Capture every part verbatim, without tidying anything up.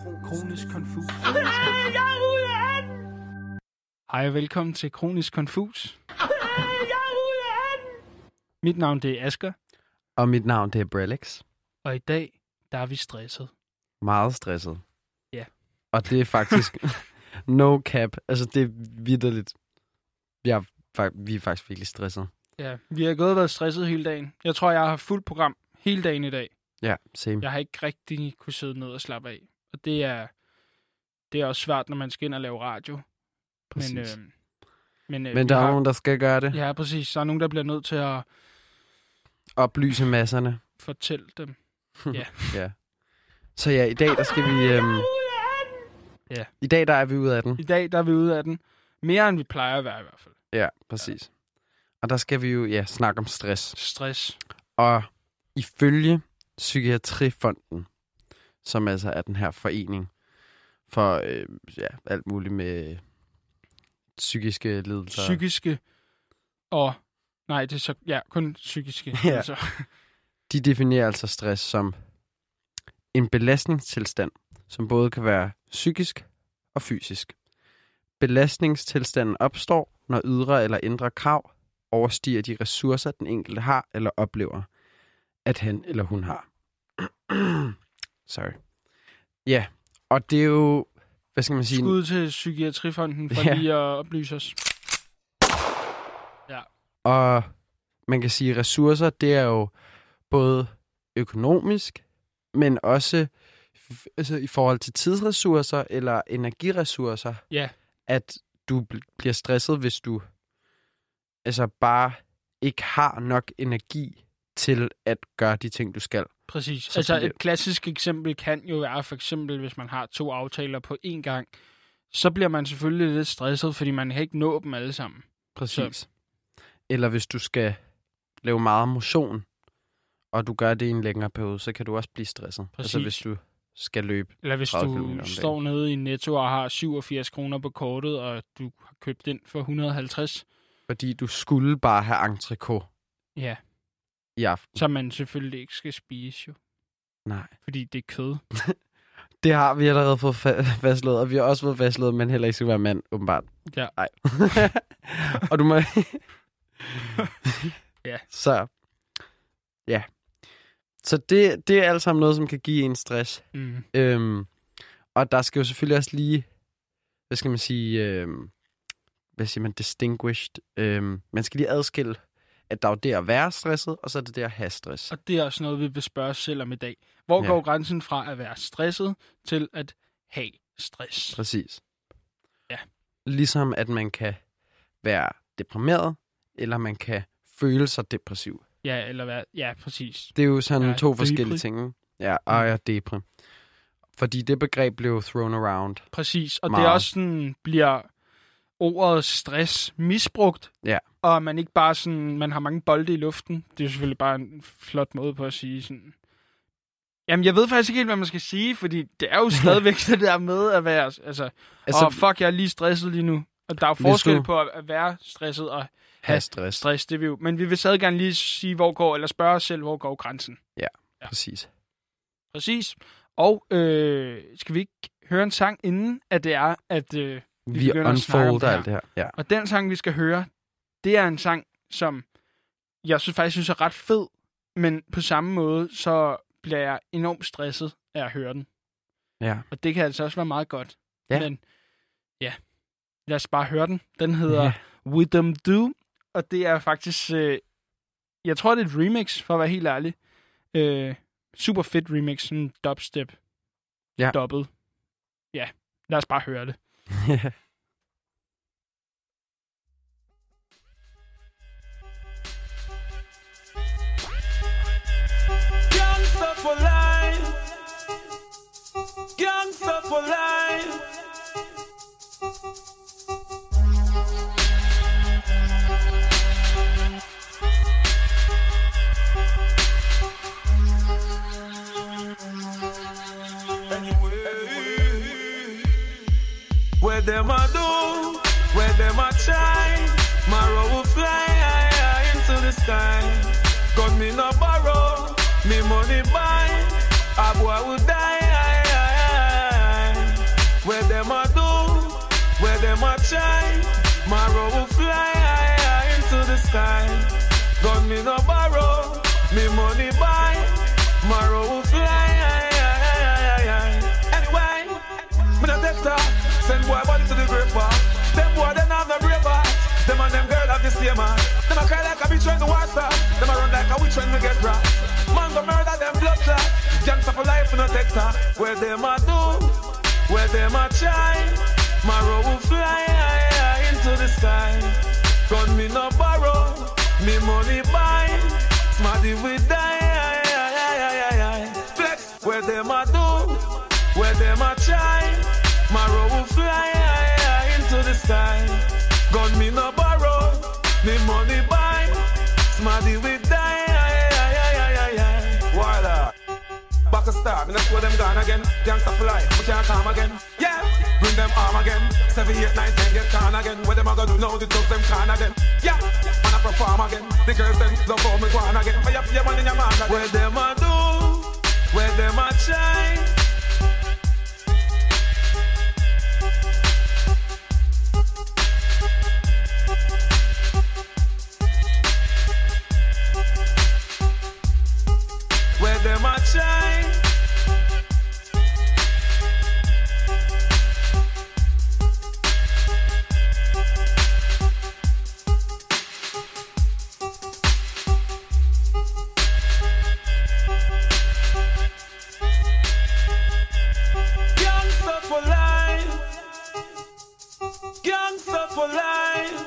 Kronisk Konfus. Hej og velkommen til Kronisk Konfus. Mit navn det er Asger. Og mit navn det er Brelix. Og i dag, der er vi stresset. Meget stresset. Ja. Og det er faktisk no cap. Altså det er vitterligt. Vi er, vi er faktisk virkelig stresset. Ja, vi har gået og været stresset hele dagen. Jeg tror, jeg har fuldt program hele dagen i dag. Ja, same. Jeg har ikke rigtig kunne sidde ned og slappe af. Og det er, det er også svært, når man skal ind og lave radio. Præcis. Men, øh, men, øh, men der er har, nogen, der skal gøre det. Ja, præcis. Der er nogen, der bliver nødt til at oplyse masserne. Fortælle dem. Ja. Ja. Så ja, i dag der skal vi... Øhm... Ja. I dag der er vi ude af den. I dag der er vi ude af den. Mere end vi plejer at være i hvert fald. Ja, præcis. Ja. Og der skal vi jo ja, snakke om stress. Stress. Og ifølge Psykiatrifonden, som altså er den her forening for øh, ja, alt muligt med psykiske lidelser. Psykiske og... Nej, det er så... Ja, kun psykiske. Ja. Altså. De definerer altså stress som en belastningstilstand, som både kan være psykisk og fysisk. Belastningstilstanden opstår, når ydre eller indre krav overstiger de ressourcer, den enkelte har eller oplever, at han eller hun har. Sorry. Ja, og det er jo, hvad skal man sige? Skud til Psykiatrifonden for ja. lige at oplyse os. Ja. Og man kan sige, at ressourcer, det er jo både økonomisk, men også altså, i forhold til tidsressourcer eller energiressourcer. Ja. At du bliver stresset, hvis du altså bare ikke har nok energi til at gøre de ting, du skal. Præcis. Så altså bliver... et klassisk eksempel kan jo være for eksempel, hvis man har to aftaler på én gang, så bliver man selvfølgelig lidt stresset, fordi man kan ikke nå dem alle sammen. Præcis. Så. Eller hvis du skal lave meget motion, og du gør det i en længere periode, så kan du også blive stresset. Præcis. Altså hvis du skal løbe. Eller hvis du står nede i Netto og har syvogfirs kroner på kortet, og du har købt ind for et hundrede og halvtreds. Fordi du skulle bare have entrecôte. Ja. I aften. Som man selvfølgelig ikke skal spise jo. Nej. Fordi det er kød. Det har vi allerede fået fa- fastslået, og vi har også fået fastslået, at man heller ikke skal være mand, åbenbart. Ja. Nej. Og du må... Ja. Så... Ja. Så det, det er alt sammen noget, som kan give en stress. Mm. Øhm, og der skal jo selvfølgelig også lige... Hvad skal man sige... Øhm, hvad siger man? Distinguished. Øhm, man skal lige adskille, at der er det at være stresset, og så er det det at have stress. Og det er også noget, vi vil spørge os selv om i dag. Hvor ja. går grænsen fra at være stresset til at have stress? Præcis. Ja. Ligesom at man kan være deprimeret, eller man kan føle sig depressiv. Ja, eller hvad? Ja, præcis. Det er jo sådan ja, to depri. forskellige ting. Ja, og jeg er deprim. Fordi det begreb blev thrown around. Præcis, og meget. Det er også sådan, bliver ordet stress misbrugt. Ja. Og man ikke bare sådan, man har mange bolde i luften. Det er selvfølgelig bare en flot måde på at sige sådan. Jamen, jeg ved faktisk ikke helt, hvad man skal sige, fordi det er jo stadigvæk det der med at være, altså, altså oh, fuck, jeg er lige stresset lige nu. Og der er jo forskel du... på at være stresset og have, have stress. stress. Det vil jo. Men vi vil stadig gerne lige sige, hvor går, eller spørge os selv, hvor går grænsen. Ja, ja. præcis. Præcis. Og øh, skal vi ikke høre en sang inden, at det er, at øh, vi, vi unfolder alt det her. Ja. Og den sang, vi skal høre, det er en sang, som jeg synes, faktisk synes er ret fed, men på samme måde, så bliver jeg enormt stresset af at høre den. Ja. Og det kan altså også være meget godt. Ja. Men ja, lad os bare høre den. Den hedder ja. Wisdom Do, og det er faktisk, øh, jeg tror, det er et remix, for at være helt ærlig. Øh, super fedt remix, sådan dubstep. Ja. Dobbelt. Ja, lad os bare høre det. Gangsta for life. Gangsta for life. Where them a do, where them a try, my road will fly high, high into the sky. Got me no borrow, me money buy, a boy will die. them a do, where them a try, Maro will fly high, high into the sky. Gun me no borrow, me money buy, Maro will fly high, high, high, high. Anyway, me no take talk, send boy body to the grave bar. Them boy they have no brave heart, them and them girl have the same heart. Them a cry like a bitch when the war start, them a run like a witch when we get robbed. Man go murder them blood clot, gangsta for life no take talk. Where them a do, where them a try, Maro will fly high, high into the sky. Gun me no borrow, me money buy, smarty we die, aye, aye, aye, aye, aye. Flex, where them a do, where them a try, Maro will fly high, high into the sky. Gun me no borrow, me money buy, smarty we die, aye, aye, aye, aye, aye, aye. Voila. Back a star, me not swear them gone again. Gangsta fly, we can't come again. Yeah, bring them arm again. Seven, eight, nine, ten, get can again. What them a gonna do now? The thugs them can again. Yeah, man a perform again. The girls them love how me go on again. Fire for your man in your man again. Where them a do, where them a shine. Where them a shine. Gangsta for life. Gangsta for life.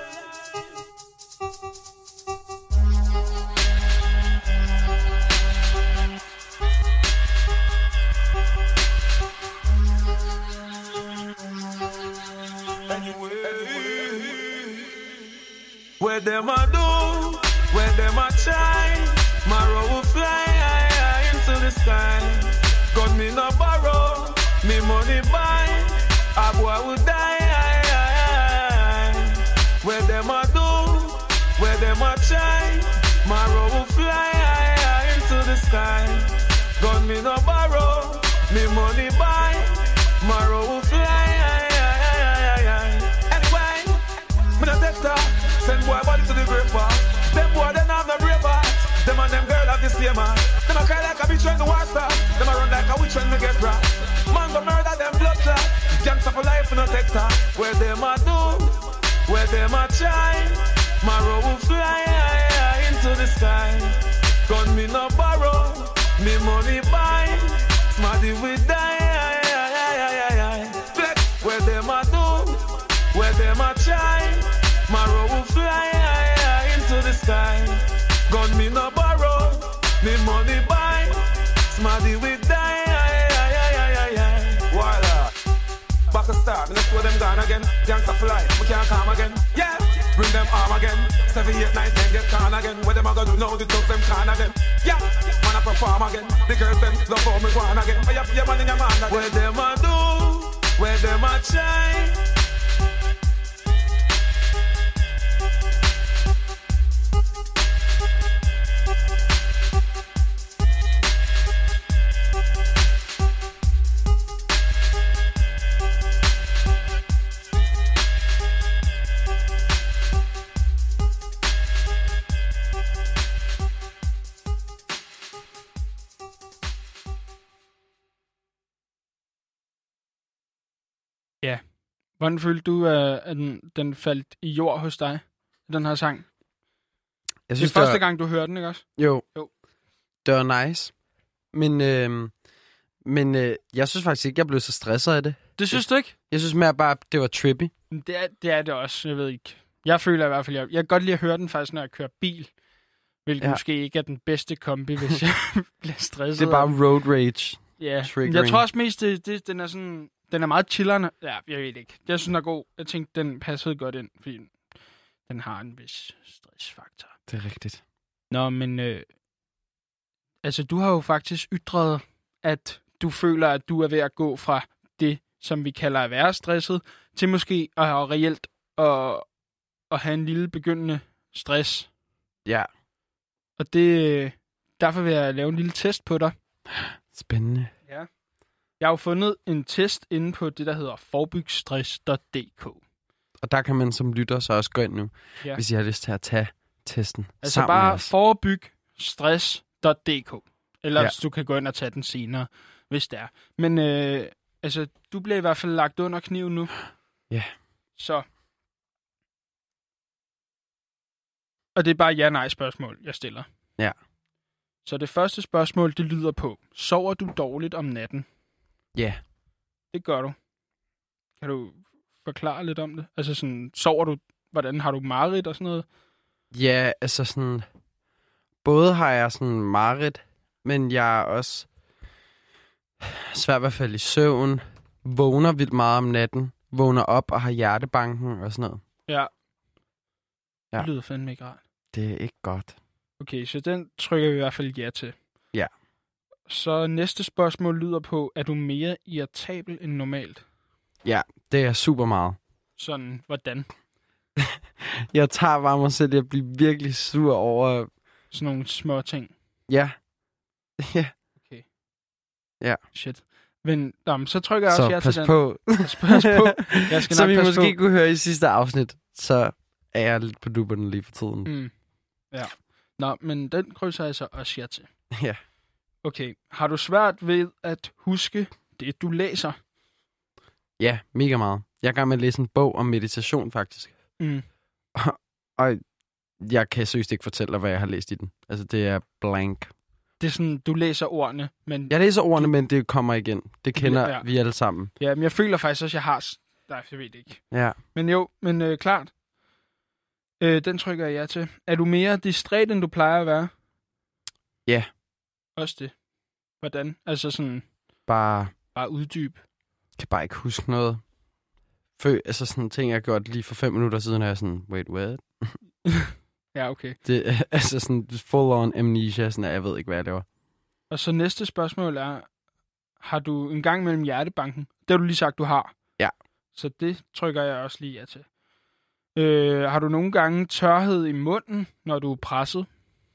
Where them a do, where them a try, Maro will fly high, high into the sky. Gun me no borrow, me money buy, a boy will die, high, high, high. Where them a do, where them a try, Maro will fly high, high into the sky. Gun me no borrow, me money buy, Maro will fly high, high, high, high, high. Anyway, me no take talk. Send boy body to the grave bar. Them boy they have no brave heart. Them and them girl have the same heart. Them a cry like a bitch when the war start. Them a run like a witch when we get robbed. Man go murder them blood clot. Gangsta for life no take talk. Where them a do, where them a try, Maro will fly high, high into the sky. Gun me no borrow, me money buy, smarty we die, aye, aye, aye, aye, aye, aye. Flex, where them a do, where them a try, Maro will fly high, high into the sky. Gun me no borrow, me money buy, smarty we die, aye, aye, aye, aye, aye, aye. Voila. Back a star, me not swear them gone again. Gangsta fly, we can't come again. Yeah, bring them arm again. Seven, eight, nine, ten, get can again. What them a gonna do now? The thugs them can again. Yeah, man a perform again. The girls them love how me go on again. Fire for your man in your man again. Where them a do, where them a shine. Ja. Hvordan følte du, at den, den faldt i jord hos dig, den her sang? Jeg synes, det er første det var... gang, du hørte den, ikke også? Jo. jo. Det var nice. Men, øh, men øh, jeg synes faktisk ikke, jeg blev så stresset af det. Det synes du ikke? Jeg synes mere bare, det var trippy. Det er, det er det også, jeg ved ikke. Jeg føler i hvert fald, jeg, jeg kan godt lide at høre den faktisk, når jeg kører bil. Hvilket ja. måske ikke er den bedste kombi, hvis jeg bliver stresset. Det er bare road rage. Ja, jeg tror også mest, det, det, den er sådan... Den er meget chillerne. Ja, jeg ved ikke. Jeg synes, den er god. Jeg tænkte, den passede godt ind, fordi den har en vis stressfaktor. Det er rigtigt. Nå, men... Øh, altså, du har jo faktisk ytret, at du føler, at du er ved at gå fra det, som vi kalder at være stresset, til måske at have reelt at, at have en lille begyndende stress. Ja. Og det... Derfor vil jeg lave en lille test på dig. Spændende. Ja. Jeg har jo fundet en test inde på det, der hedder forebygstress punktum d k. Og der kan man som lytter så også gå ind nu, Ja. hvis I har lyst til at tage testen Altså sammen med bare os. forebygstress punktum d k. Ellers Ja. du kan gå ind og tage den senere, hvis det er. Men øh, altså, du bliver i hvert fald lagt under kniven nu. Ja. Så. Og det er bare ja-nej spørgsmål, jeg stiller. Ja. Så det første spørgsmål, det lyder på, sover du dårligt om natten? Ja. Det gør du. Kan du forklare lidt om det? Altså sådan, sover du, hvordan har du mareridt og sådan noget? Ja, altså sådan... Både har jeg sådan mareridt, men jeg er også svært i hvert fald i søvn. Vågner vildt meget om natten. Vågner op og har hjertebanken og sådan noget. Ja. Ja. Det lyder fandme ikke rart. Det er ikke godt. Okay, så den trykker vi i hvert fald ja til. Ja. Så næste spørgsmål lyder på, er du mere irritabel end normalt? Ja, det er super meget. Sådan, hvordan? Jeg tager bare mig selv, jeg bliver virkelig sur over... Sådan nogle små ting. Ja. Ja. Okay. Ja. Shit. Men jamen, så trykker jeg Så også ja pas til den. på. Pas, pas på. Jeg skal Som nok I passe måske på. kunne høre i sidste afsnit, så er jeg lidt på dupperne lige for tiden. Mm. Ja. Nå, men den krydser jeg så også ja til. Ja. Okay. Har du svært ved at huske det, du læser? Ja, mega meget. Jeg er i gang med at læse en bog om meditation, faktisk. Mm. Og jeg kan seriøst ikke fortælle dig, hvad jeg har læst i den. Altså, det er blank. Det er sådan, du læser ordene, men... Jeg læser ordene, men det kommer igen. Det kender Ja. vi alle sammen. Ja, men jeg føler faktisk også, at jeg har... s- Nej, jeg ved det ikke. Ja. Men jo, men øh, klart. Øh, den trykker jeg ja til. Er du mere distræt, end du plejer at være? Ja. Også det. Hvordan? Altså sådan, Bare, bare uddyb. kan bare ikke huske noget. Fø, altså sådan ting, jeg har gjort lige for fem minutter siden, er jeg sådan, wait, what? Ja, okay. Det er altså sådan full on amnesia, sådan at jeg ved ikke, hvad jeg laver. Og så næste spørgsmål er, har du en gang mellem hjertebanken? Det har du lige sagt, du har. Ja. Så det trykker jeg også lige ja til. Øh, har du nogle gange tørhed i munden, når du er presset?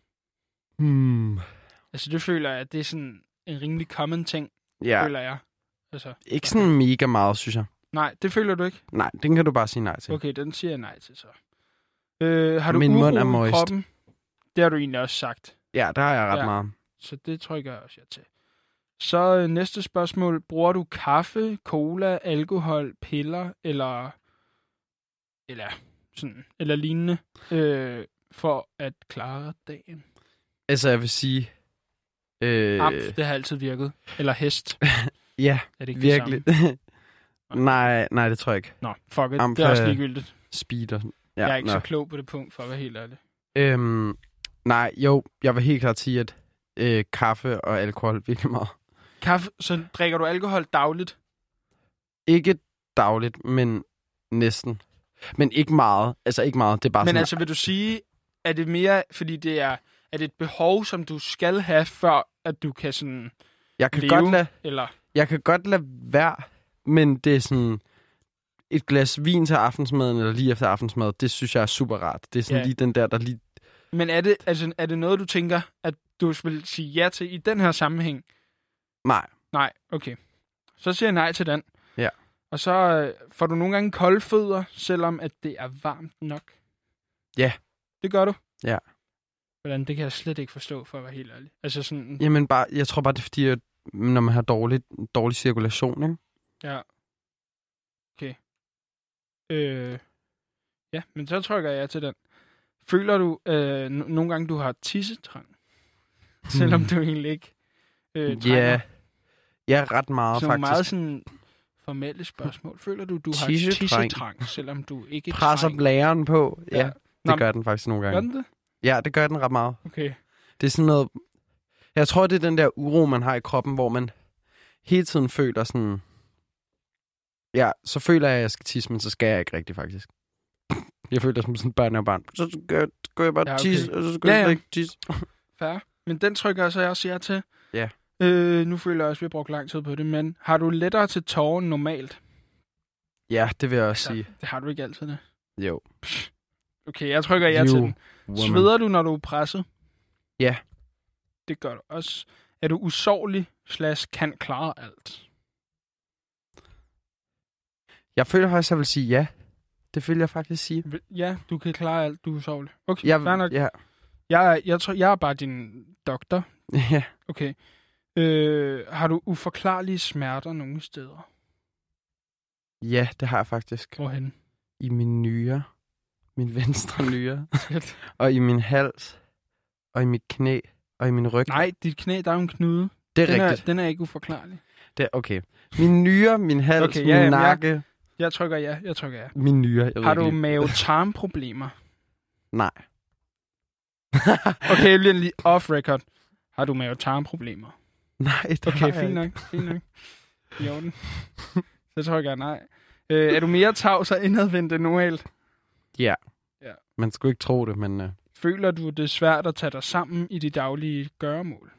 Hmm. Altså det føler jeg, at det er sådan en rimelig common ting, Ja, føler jeg. Altså, ikke sådan mega meget, synes jeg. nej, det føler du ikke? Nej, den kan du bare sige nej til. Okay, den siger jeg nej til så. Øh, har du Min uro mund er i moist. kroppen? Det har du egentlig også sagt. Ja, der har jeg ret Ja. meget. Så det trykker jeg også ja til. Så øh, næste spørgsmål. Bruger du kaffe, cola, alkohol, piller eller eller sådan eller lignende øh, for at klare dagen? Altså, jeg vil sige... Øh, Amf, det har altid virket. Eller hest. ja, Er det ikke virkelig. det samme? nej, nej, det tror jeg ikke. Nå, fuck it. Amf Det er også er- ligegyldigt. Speed og sådan. Ja, jeg er ikke nå. så klog på det punkt, for at være helt ærlig. Øhm, nej, jo, jeg vil helt klart sige, at øh, kaffe og alkohol virkelig meget. Kaffe, så drikker du alkohol dagligt? Ikke dagligt, men næsten. Men ikke meget. Altså ikke meget, det er bare Men sådan... altså, vil du sige, er det mere, fordi det er, er det et behov, som du skal have, før at du kan sådan jeg kan leve? godt lade, Eller, jeg kan godt lade være, men det er sådan... Et glas vin til aftensmaden, eller lige efter aftensmad, det synes jeg er super rart. Det er sådan Ja. lige den der, der lige... men er det, altså, er det noget, du tænker, at du vil sige ja til i den her sammenhæng? Nej. Nej, okay. Så siger jeg nej til den. Ja. Og så øh, får du nogle gange kolde fødder, selvom at det er varmt nok? Ja. Det gør du? Ja. Hvordan, det kan jeg slet ikke forstå, for at være helt ærlig. Altså sådan... Jamen bare, jeg tror bare, det er fordi, at når man har dårlig, dårlig cirkulation, ikke? Ja. Okay. Øh, ja, men så trykker jeg til den. Føler du øh, n- nogle gange, du har tissetrang? Selvom du egentlig ikke øh, trænger? Ja, ja, ret meget Så nogle faktisk. meget sådan formelle spørgsmål. Føler du, du har Tissetrang. tissetrang, selvom du ikke Presser trænger? blæren på. Ja, Ja. det Nå, gør den faktisk nogle Gør gange. den det? Ja, det gør den ret meget. Okay. Det er sådan noget... Jeg tror, det er den der uro, man har i kroppen, hvor man hele tiden føler sådan... Ja, så føler jeg, at jeg skal tisse, men så skal jeg ikke rigtig, faktisk. Jeg føler som sådan en børn og barn. Så skal jeg, skal jeg bare Ja, okay. tisse, og så skal Ja, jeg ja. ikke tisse. Fair. Men den trykker jeg så også ja til. Ja. Øh, nu føler jeg også, at vi har brugt lang tid på det, men har du lettere til tårer end normalt? Ja, det vil jeg også sige. Det har du ikke altid, det. Jo. Okay, jeg trykker ja You til den. woman. Sveder du, når du er presset? Ja. Det gør du også. Er du usårlig slash kan klare alt? Jeg føler faktisk, jeg vil sige ja. Det vil jeg faktisk sige. Ja, du kan klare alt, du er usårlig. Okay, Jeg, fair nok. ja. Jeg, jeg, tror, jeg er bare din doktor. Ja. Okay. Øh, har du uforklarlige smerter nogle steder? Ja, det har jeg faktisk. Hvorhen? I min nyre. Min venstre nyre. Og i min hals. Og i mit knæ. Og i min ryg. Nej, dit knæ, der er jo en knude. Det er den rigtigt. Er, den er ikke uforklarlig. Det er, okay. Min nyre, min hals, Okay, min ja, jamen, nakke. Jeg, jeg trykker ja, jeg trykker ja. Min nyre. Jeg Har ved du ikke lige. mave-tarmproblemer? Nej. Okay, jeg bliver lige off-record. Har du mave-tarmproblemer? Nej, det har Okay, jeg fint ikke. nok. Fint nok. I orden. Så trykker jeg nej. Øh, er du mere tavs og indadvendt end normalt? Ja. Ja. Man skulle ikke tro det, men... Uh... Føler du, det er svært at tage dig sammen i de daglige gøremål?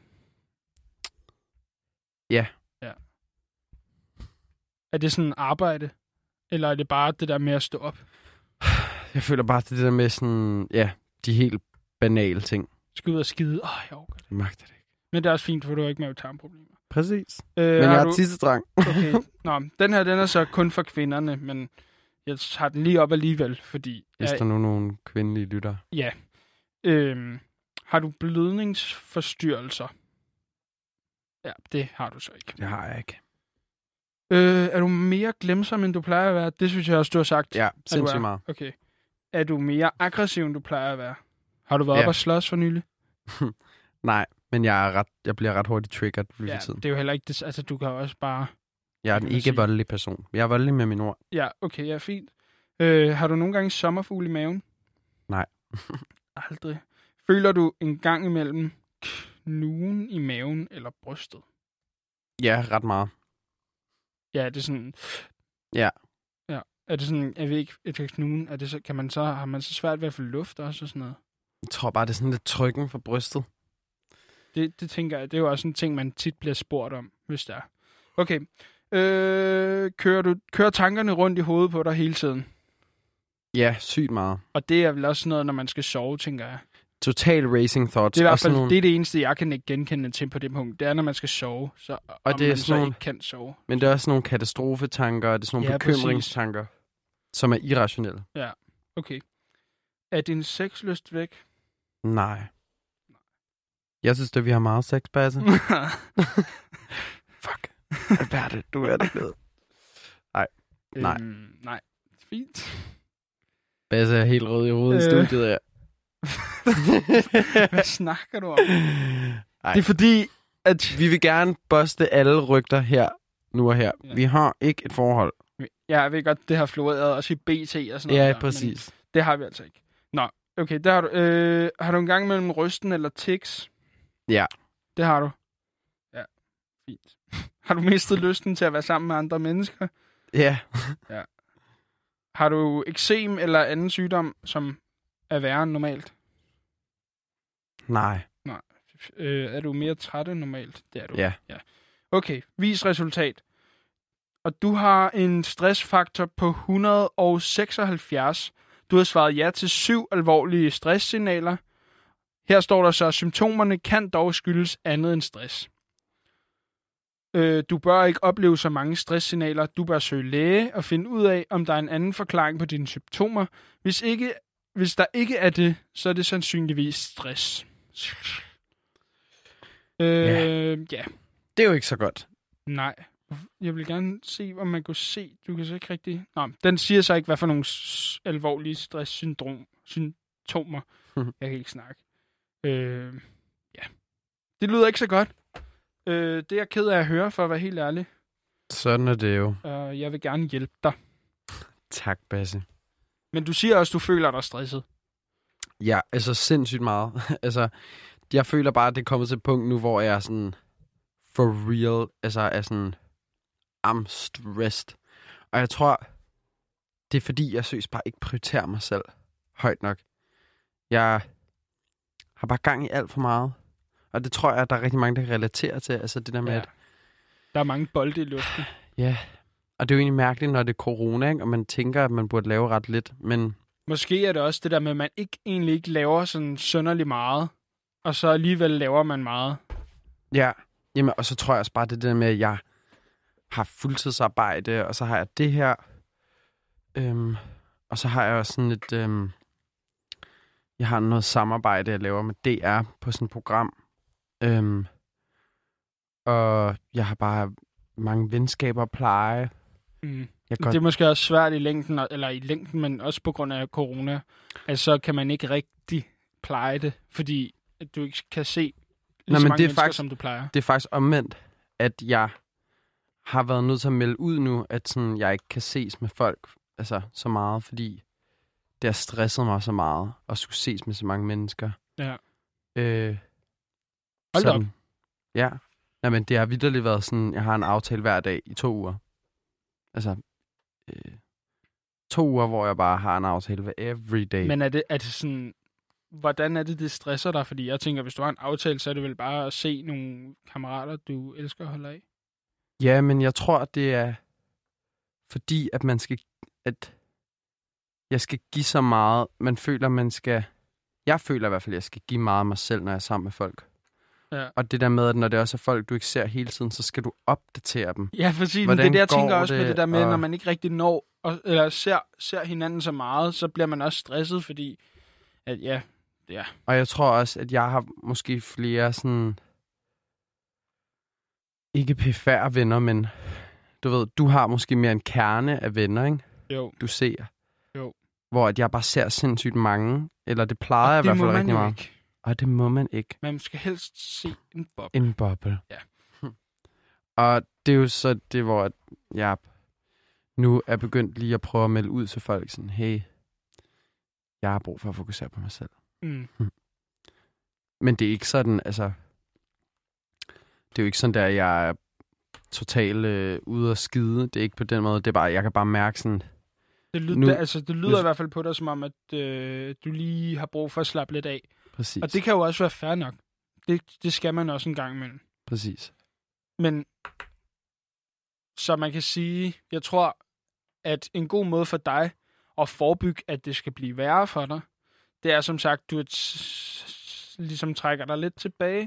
Ja. Ja. Er det sådan en arbejde? Eller er det bare det der med at stå op? Jeg føler bare, det er det der med sådan... Ja, de helt banale ting. Skal ud og skide? Åh, oh, jeg overgår det. Jeg magter det ikke. Men det er også fint, for du har ikke mave-tarmproblemer. Præcis. Øh, Men jeg har du... tissedrang. Okay. Nå, den her, den er så kun for kvinderne, men jeg tager den lige op alligevel, fordi... Hvis jeg... der nu er nogle kvindelige lytter. Ja. Øhm, har du blødningsforstyrrelser? Ja, det har du så ikke. Det har jeg ikke. Øh, er du mere glemsom, end du plejer at være? Det synes jeg også, du har sagt. Ja, at du sindssygt er. meget. Okay. Er du mere aggressiv, end du plejer at være? Har du været Ja. op og slås for nylig? Nej, men jeg, er ret, jeg bliver ret hurtigt triggered lige Ja, for tiden. det er jo heller ikke det. Altså, du kan jo også bare... Jeg er kan en man sige. ikke voldelig person. Jeg er voldelig med min ord. Ja, okay, ja, fint. Øh, har du nogle gange sommerfugle i maven? Nej. Aldrig. Føler du en gang imellem knugen i maven eller brystet? Ja, ret meget. Ja, det er sådan... Ja. Ja. Er det sådan, jeg ved ikke, et knugen, er det så, kan man så, har man så svært ved at få luft også og sådan noget? Jeg tror bare, det er sådan lidt trykken for brystet. Det, det tænker jeg, det er jo også en ting, man tit bliver spurgt om, hvis det er. Okay. Øh, kører, du, kører tankerne rundt i hovedet på dig hele tiden? Ja, sygt meget. Og det er vel også noget, når man skal sove, tænker jeg. Total racing thoughts. Det er i hvert Også fald nogle... det, er det eneste, jeg kan ikke genkende til på det punkt. Det er, når man skal sove, så, og, og det er man sådan så nogle- ikke kan sove. Men det er også nogle katastrofetanker, og det er sådan nogle Ja, bekymringstanker, som er irrationelle. Okay. Er din sexlyst væk? Nej. Jeg synes, at vi har meget sex, Basse. Fuck. Alberte, du er det ikke noget. Nej. Øhm, nej. Fint. Basse er helt rød i hovedet i Øh. studiet, ja. Hvad snakker du om? Ej. Det er fordi, at... Vi vil gerne buste alle rygter her, nu og her. Ja. Vi har ikke et forhold. Ja, jeg ved godt, det har floreret også i B T og sådan noget. Ja, der, præcis. Men det har vi altså ikke. Nå, okay, der har du... Øh, har du en gang mellem rysten eller tics? Ja. Det har du. Ja, fint. Har du mistet lysten til at være sammen med andre mennesker? Ja. Har du eksem eller anden sygdom, som er værre end normalt? Nej. Øh, er du mere træt end normalt? Det er du. Ja. ja. Okay, vis resultat. Og du har en stressfaktor på et hundrede og seksoghalvfjerds. Du har svaret ja til syv alvorlige stresssignaler. Her står der så, at symptomerne kan dog skyldes andet end stress. Øh, du bør ikke opleve så mange stresssignaler. Du bør søge læge og finde ud af, om der er en anden forklaring på dine symptomer. Hvis, ikke, hvis der ikke er det, så er det sandsynligvis stress. Øh, Ja. ja. Det er jo ikke så godt. Nej. Jeg vil gerne se, om man kunne se. Du kan så ikke rigtig... Nå, den siger så ikke, hvad for nogle s- alvorlige stresssyndrom, symptomer. Mhm. Jeg kan ikke snakke. Øh, ja. Det lyder ikke så godt. Øh, det er jeg ked af at høre, for at være helt ærlig. Sådan er det jo. Uh, jeg vil gerne hjælpe dig. Tak, Basse. Men du siger også, at du føler dig stresset. Ja, altså sindssygt meget. altså, jeg føler bare, at det er kommet til et punkt nu, hvor jeg er sådan for real, altså er sådan, I'm stressed. Og jeg tror, det er fordi, jeg synes bare ikke prioriterer mig selv højt nok. Jeg har bare gang i alt for meget. Og det tror jeg, at der er rigtig mange, der kan relatere til. Altså det der med, Ja. at Der er mange bolde i luften. ja, og det er jo egentlig mærkeligt, når det er corona, ikke? Og man tænker, at man burde lave ret lidt, men Måske er det også det der med, at man ikke, egentlig ikke laver sådan sønderlig meget, og så alligevel laver man meget. ja, jamen, og så tror jeg også bare, det der med, at jeg har fuldtidsarbejde, og så har jeg det her, Øhm, og så har jeg også sådan et... Øhm, jeg har noget samarbejde, jeg laver med D R på sådan et program. Øhm, og jeg har bare mange venskaber at pleje. Mm. Jeg Det er måske også svært i længden, eller i længden, men også på grund af corona. Altså, kan man ikke rigtig pleje det, fordi at du ikke kan se lige Nå, så men mange det er mennesker, faktisk, som du plejer. Det er faktisk omvendt, at jeg har været nødt til at melde ud nu, at sådan, jeg ikke kan ses med folk altså, så meget, fordi det har stresset mig så meget at skulle ses med så mange mennesker. Ja. Øh, Hold op. Ja. Nej, men det har vitterligt været sådan, jeg har en aftale hver dag i to uger. Altså, øh, to uger, hvor jeg bare har en aftale hver every day. Men er det, er det sådan, hvordan er det, det stresser dig? Fordi jeg tænker, hvis du har en aftale, så er det vel bare at se nogle kammerater, du elsker at holde af? Ja, men jeg tror, det er fordi, at man skal, at jeg skal give så meget. Man føler, man skal, jeg føler i hvert fald, at jeg skal give meget af mig selv, når jeg er sammen med folk. Ja. Og det der med, at når det også er folk, du ikke ser hele tiden, så skal du opdatere dem. Ja, for sige, det er det, jeg tænker også det, med det der med, og... når man ikke rigtig når, og, eller ser, ser hinanden så meget, så bliver man også stresset, fordi, at ja, ja. Og jeg tror også, at jeg har måske flere sådan, ikke pæfærd venner, men du ved, du har måske mere en kerne af venner, ikke? Jo. Du ser. Jo. Hvor at jeg bare ser sindssygt mange, eller det plejer jeg i hvert fald rigtig meget. Ikke. Og det må man ikke. Man skal helst se en boble. En boble. Ja. Hm. Og det er jo så det, hvor jeg nu er begyndt lige at prøve at melde ud til folk sådan, hey, jeg har brug for at fokusere på mig selv. Mm. Hm. Men det er ikke sådan, altså, det er jo ikke sådan der, jeg er totalt øh, ude at skide. Det er ikke på den måde. Det er bare, jeg kan bare mærke sådan, det, lyder, nu, det, altså, det lyder nu, i hvert fald på dig, som om, at øh, du lige har brug for at slappe lidt af. Præcis. Og det kan jo også være fair nok. Det, det skal man også en gang imellem. Præcis. Men, så man kan sige, jeg tror, at en god måde for dig at forebygge, at det skal blive værre for dig, det er som sagt, du t- ligesom trækker dig lidt tilbage,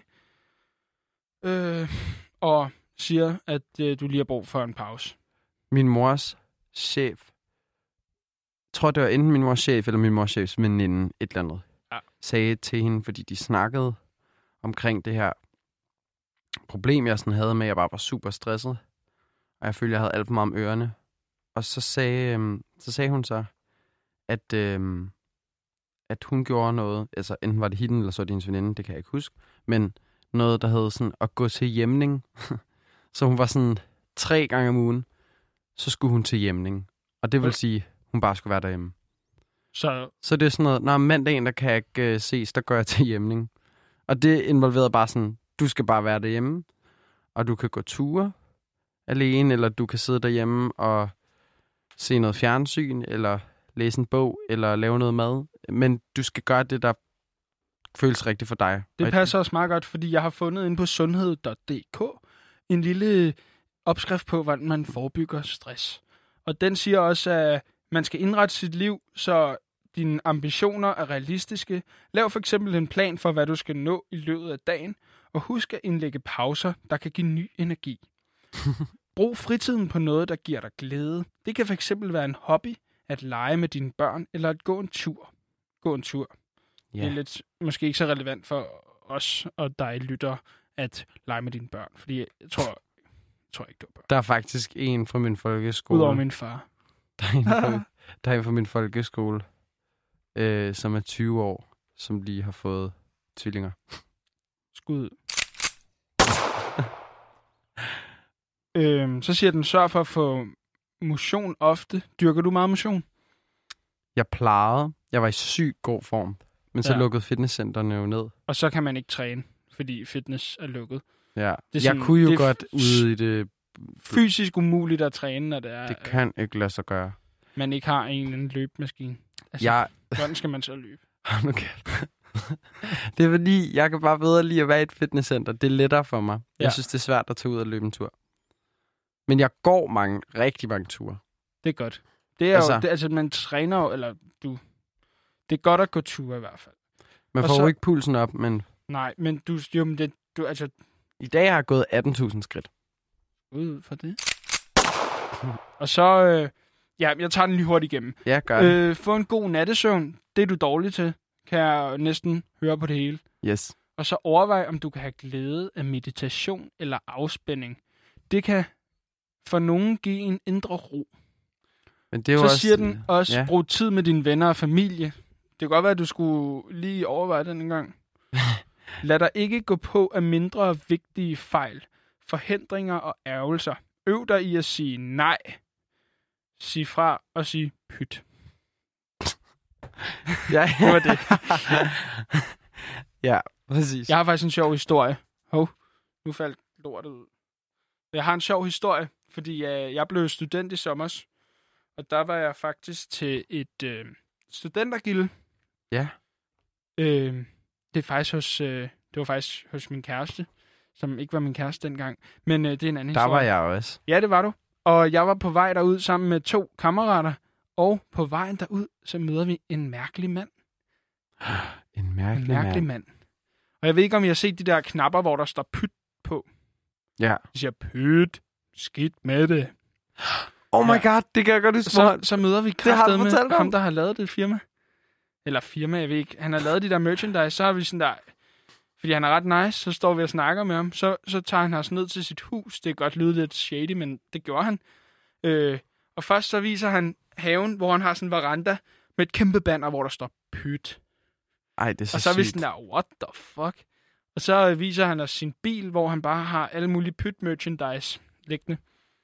øh, og siger, at øh, du lige har brug for en pause. Min mors chef, jeg tror det var enten min mors chef, eller min mors chefs veninde, et eller andet, ja. sagde til hende, fordi de snakkede omkring det her problem, jeg sådan havde med, at jeg bare var super stresset, og jeg følte, jeg havde alt for meget om ørerne. Og så sagde, øhm, så sagde hun så, at, øhm, at hun gjorde noget, altså enten var det hende, eller så var det hendes veninde, det kan jeg ikke huske, men noget, der hed sådan at gå til hjemning. Så hun var sådan tre gange om ugen, så skulle hun til hjemning. Og det vil sige, hun bare skulle være derhjemme. Så, så det er sådan noget, når mandagen, der kan jeg ikke øh, ses, der går jeg til hjemning. Og det involverede bare sådan, du skal bare være derhjemme, og du kan gå ture alene, eller du kan sidde derhjemme og se noget fjernsyn, eller læse en bog, eller lave noget mad. Men du skal gøre det, der føles rigtigt for dig. Det passer også meget godt, fordi jeg har fundet inde på sundhed punktum d k en lille opskrift på, hvordan man forebygger stress. Og den siger også, at man skal indrette sit liv, så dine ambitioner er realistiske. Lav for eksempel en plan for, hvad du skal nå i løbet af dagen, og husk at indlægge pauser, der kan give ny energi. Brug fritiden på noget, der giver dig glæde. Det kan fx være en hobby, at lege med dine børn, eller at gå en tur. Gå en tur. Yeah. Det er lidt, måske ikke så relevant for os og dig lytter, at lege med dine børn. Fordi jeg tror, jeg tror ikke, du har børn. Der er faktisk en fra min folkeskole. Udover min far. Der er en fra, der er en fra min folkeskole, øh, som er tyve år, som lige har fået tvillinger. Skud. øhm, så siger den, sørg for at få motion ofte. Dyrker du meget motion? Jeg plejede. Jeg var i syg god form. Men så ja. lukkede fitnesscenterne jo ned. Og så kan man ikke træne, fordi fitness er lukket. Ja, det er sådan, jeg kunne jo det godt ude i det... Fysisk umuligt at træne, når det er... Det kan ikke lade sig gøre. Man ikke har en eller anden løbemaskine. Altså, jeg... hvordan skal man så løbe? Okay. Det er fordi, jeg kan bare bedre lide at være i et fitnesscenter. Det er lettere for mig. Ja. Jeg synes, det er svært at tage ud og løbe en tur. Men jeg går mange, rigtig mange ture. Det er godt. Det er altså, jo, det, altså man træner jo, eller du... Det er godt at gå ture i hvert fald. Man får jo ikke pulsen op, men... Nej, men du... Jo, men det, du altså... I dag har jeg gået atten tusind skridt. Ud for det. Og så... Øh, Ja, jeg tager den lige hurtigt igennem. Ja, gør det. Øh, få en god nattesøvn. Det er du dårlig til, kan jeg næsten høre på det hele. Yes. Og så overvej, om du kan have glæde af meditation eller afspænding. Det kan for nogen give en indre ro. Men det er jo så også, siger den også, ja. brug tid med dine venner og familie. Det kan godt være, at du skulle lige overveje den en gang. Lad dig ikke gå på af mindre vigtige fejl, forhindringer og ærgelser. Øv dig i at sige nej. Sig fra og sige pyt. Ja, det var det. Ja, præcis. Jeg har faktisk en sjov historie. Hov, nu faldt lortet ud. Jeg har en sjov historie, fordi øh, jeg blev student i sommers. Og der var jeg faktisk til et øh, studentergilde. Ja. Øh, det er faktisk hos, øh, det var faktisk hos min kæreste, som ikke var min kæreste dengang. Men øh, det er en anden Der historie. var jeg også. Ja, det var du. Og jeg var på vej derud sammen med to kammerater. Og på vejen derud, så møder vi en mærkelig mand. En mærkelig, en mærkelig mand. mand. Og jeg ved ikke, om I har set de der knapper, hvor der står pyt på. Ja. De siger, pyt, skidt med det. Oh my Ja. god, det kan jeg godt huske. Så, så møder vi Det har du kraftedeme med fortalt om. ham, der har lavet det firma. Eller firma, jeg ved ikke. Han har lavet de der merchandise, så har vi sådan der... Fordi han er ret nice, så står vi og snakker med ham. Så, så tager han os ned til sit hus. Det kan godt lyde lidt shady, men det gjorde han. Øh, og først så viser han haven, hvor han har sådan en veranda med et kæmpe banner, hvor der står pyt. Ej, det er så Og så er vi sygt. sådan der, what the fuck? Og så øh, viser han os sin bil, hvor han bare har alle mulige pyt merchandise liggende.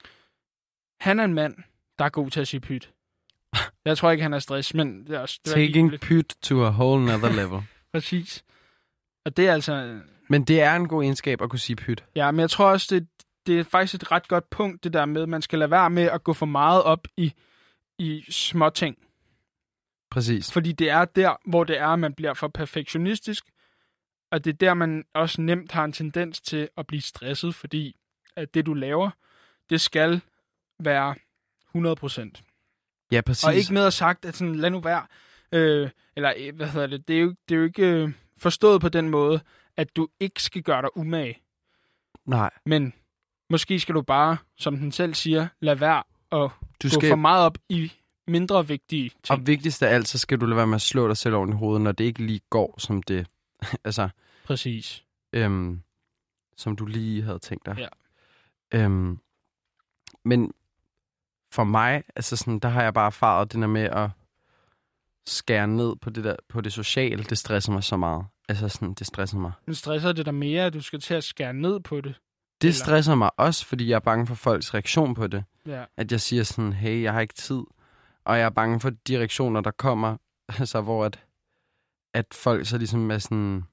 Han er en mand, der er god til at sige pyt. Jeg tror ikke, han er stress, men det er også... Det var Taking lige- pyt to a whole nother level. Præcis. Og det er altså... Men det er en god egenskab at kunne sige pyt. Ja, men jeg tror også, det, det er faktisk et ret godt punkt, det der med, at man skal lade være med at gå for meget op i, i små ting. Præcis. Fordi det er der, hvor det er, at man bliver for perfektionistisk, og det er der, man også nemt har en tendens til at blive stresset, fordi at det, du laver, det skal være hundrede procent. Ja, præcis. Og ikke med at sagt, at sådan, lad nu være. Øh, eller, øh, hvad hedder det, det er jo, det er jo ikke øh, forstået på den måde, at du ikke skal gøre dig umage. Nej. Men måske skal du bare, som den selv siger, lade være og Du gå skal... for meget op i mindre vigtige ting. Og vigtigst af alt, så skal du lade være med at slå dig selv over i hovedet, når det ikke lige går, som det... altså... Præcis. Øhm, som du lige havde tænkt dig. Ja. Øhm, men for mig, altså sådan, der har jeg bare erfaret det der med at skære ned på det der, på det sociale. Det stresser mig så meget. Altså sådan, det stresser mig. Men stresser det dig mere, at du skal til at skære ned på det? Det Eller? stresser mig også, fordi jeg er bange for folks reaktion på det. Ja. At jeg siger sådan, hey, jeg har ikke tid. Og jeg er bange for de reaktioner, der kommer. Altså, hvor at, at folk så ligesom er sådan...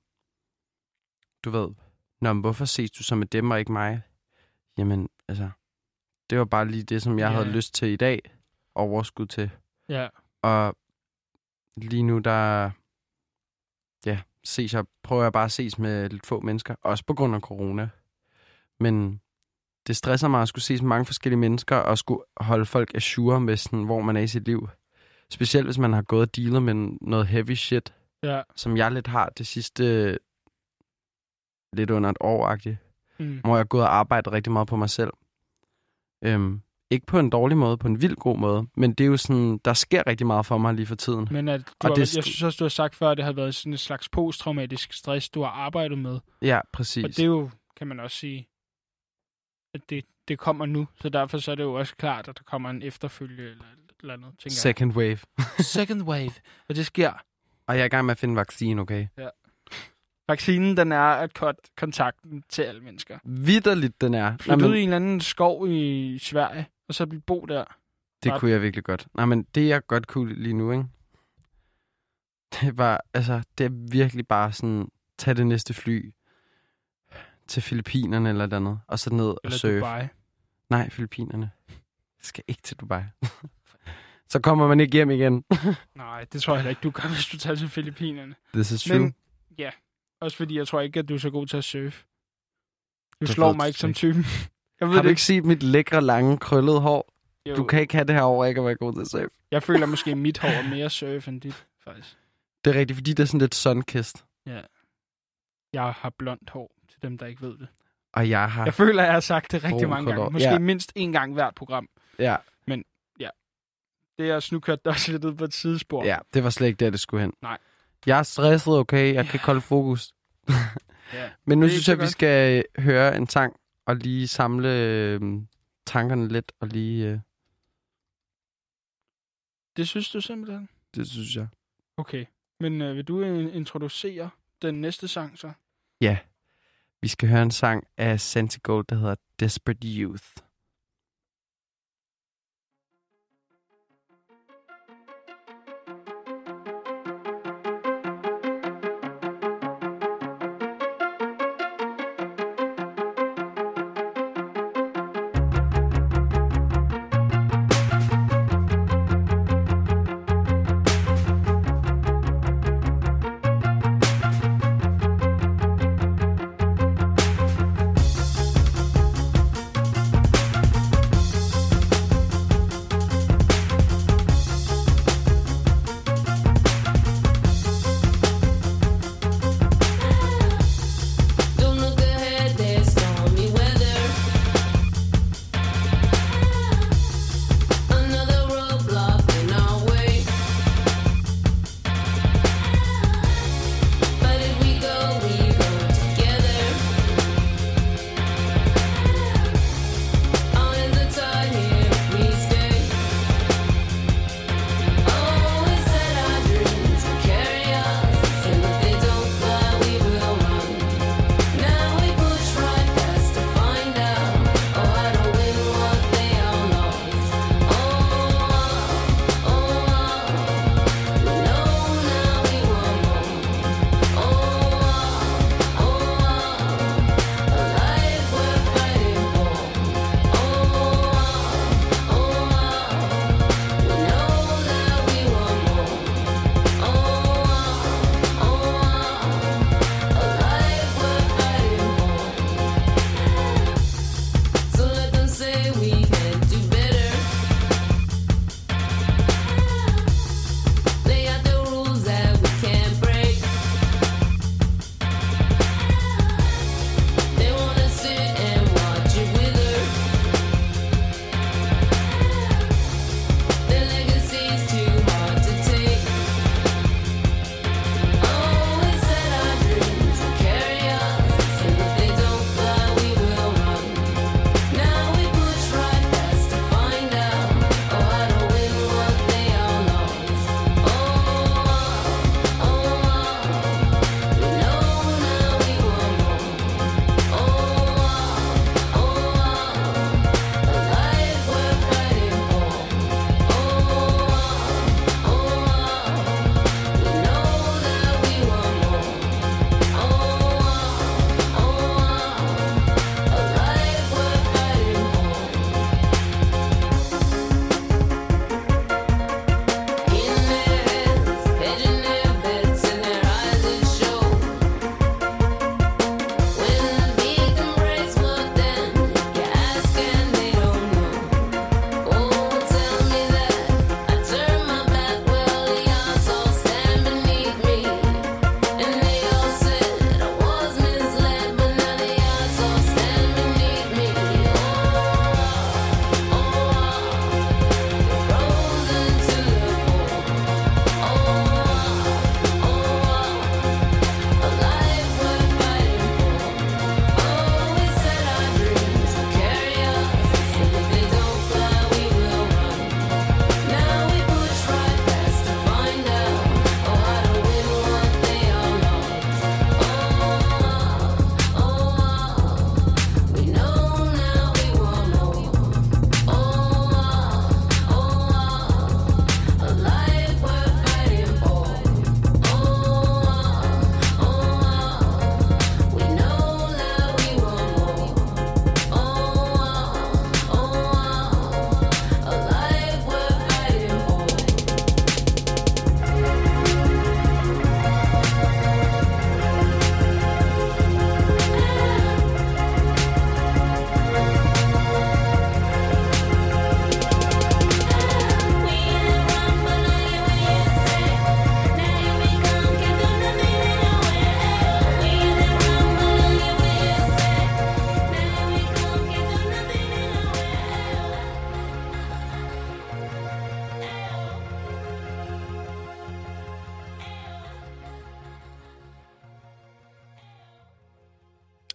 Du ved, nå, men hvorfor ses du så med dem og ikke mig? Jamen, altså, det var bare lige det, som jeg Ja. havde lyst til i dag. Overskud til. Ja. Og lige nu, der ja, ses jeg, prøver jeg bare at ses med lidt få mennesker. Også på grund af corona. Men det stresser mig at skulle ses med mange forskellige mennesker og skulle holde folk ajour med, sådan, hvor man er i sit liv. Specielt hvis man har gået og dealet med noget heavy shit, Ja. som jeg lidt har det sidste lidt under et år-agtigt. Mm. Hvor jeg er gået og arbejdet rigtig meget på mig selv. Øhm, ikke på en dårlig måde, på en vild god måde, men det er jo sådan, der sker rigtig meget for mig lige for tiden. Men at du Og har, det- jeg synes også, du har sagt før, at det har været sådan en slags posttraumatisk stress, du har arbejdet med. Ja, præcis. Og det er jo, kan man også sige, at det, det kommer nu. Så derfor så er det jo også klart, at der kommer en efterfølge eller et eller andet, tænker Second wave. jeg. Second wave. Og det sker. Og jeg er i gang med at finde vaccine, okay? Vaccinen, den er at cut kontakten til alle mennesker. Vitterligt, den er. Flyt ud i en eller anden skov i Sverige, og så blive bo der. Det kunne jeg virkelig godt. Nej, men det jeg godt kunne lige nu, ikke? Det var, altså, det er virkelig bare sådan, tag det næste fly til Filippinerne eller et andet, og så ned og Eller surfe. Dubai. Nej, Filippinerne. Jeg skal ikke til Dubai. Så kommer man ikke hjem igen. Nej, det tror jeg heller ikke, du gør, hvis du tager til Filippinerne. This is true. Men ja, også fordi jeg tror ikke, at du er så god til at surfe. Du Det slår ved mig du ikke som ikke. typen. Jeg ved Har det du ikke set mit lækre, lange, krøllede hår? Jo. Du kan ikke have det her over, ikke at være god til at surfe. Jeg føler måske, at mit hår er mere surf end dit, faktisk. Det er rigtigt, fordi det er sådan lidt sun-kissed. Ja. Jeg har blondt hår, til dem, der ikke ved det. Og jeg har... Jeg føler, at jeg har sagt det rigtig Brun mange color. gange. Måske Ja. mindst én gang hvert program. Ja. Men, ja. Det er nu kørt også lidt ud på et sidespor. Ja, det var slet ikke der, det skulle hen. Nej. Jeg er stresset, okay? Jeg kan ikke holde fokus. Ja. Men nu Det er synes ikke jeg, så vi godt. skal høre en sang og lige samle øh, tankerne lidt og lige... Øh, Det synes du simpelthen? det synes jeg. Okay. Men øh, vil du øh, introducere den næste sang så? Ja, vi skal høre en sang af Santigold, der hedder Desperate Youth.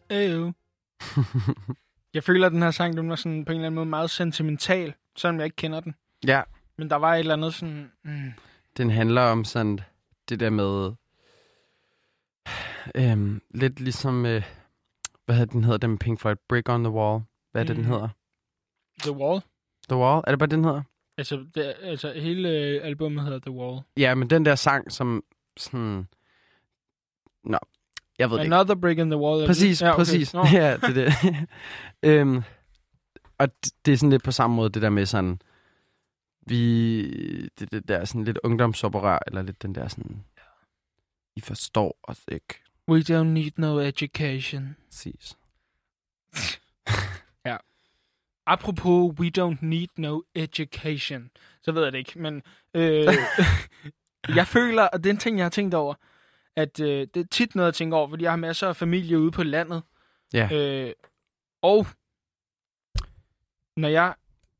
Ayo. Jeg føler, at den her sang, den var sådan på en eller anden måde meget sentimental, selvom jeg ikke kender den. Ja. Men der var et eller andet sådan... Mm. Den handler om sådan det der med... Øhm, lidt ligesom... Øh, hvad hedder den hedder? Den med Pink Floyd, Brick on the Wall. Hvad er det, mm. den hedder? The Wall. The Wall? Er det bare den hedder? Altså, det, altså hele øh, albumet hedder The Wall. Ja, men den der sang, som sådan... Nå, jeg ved det ikke. Another Brick in the Wall. Præcis, ja, okay. præcis. Nå. Ja, det er det. øhm, og det er sådan lidt på samme måde, det der med sådan... Vi... Det, det der sådan lidt ungdomsoperør, eller lidt den der sådan... I forstår os ikke. We don't need no education. Præcis. Ja. Apropos we don't need no education, så ved jeg det ikke, men øh, jeg føler, og det er en ting, jeg har tænkt over, at øh, det er tit noget at tænke over, fordi jeg har masser af familie ude på landet. Ja. Øh, og når jeg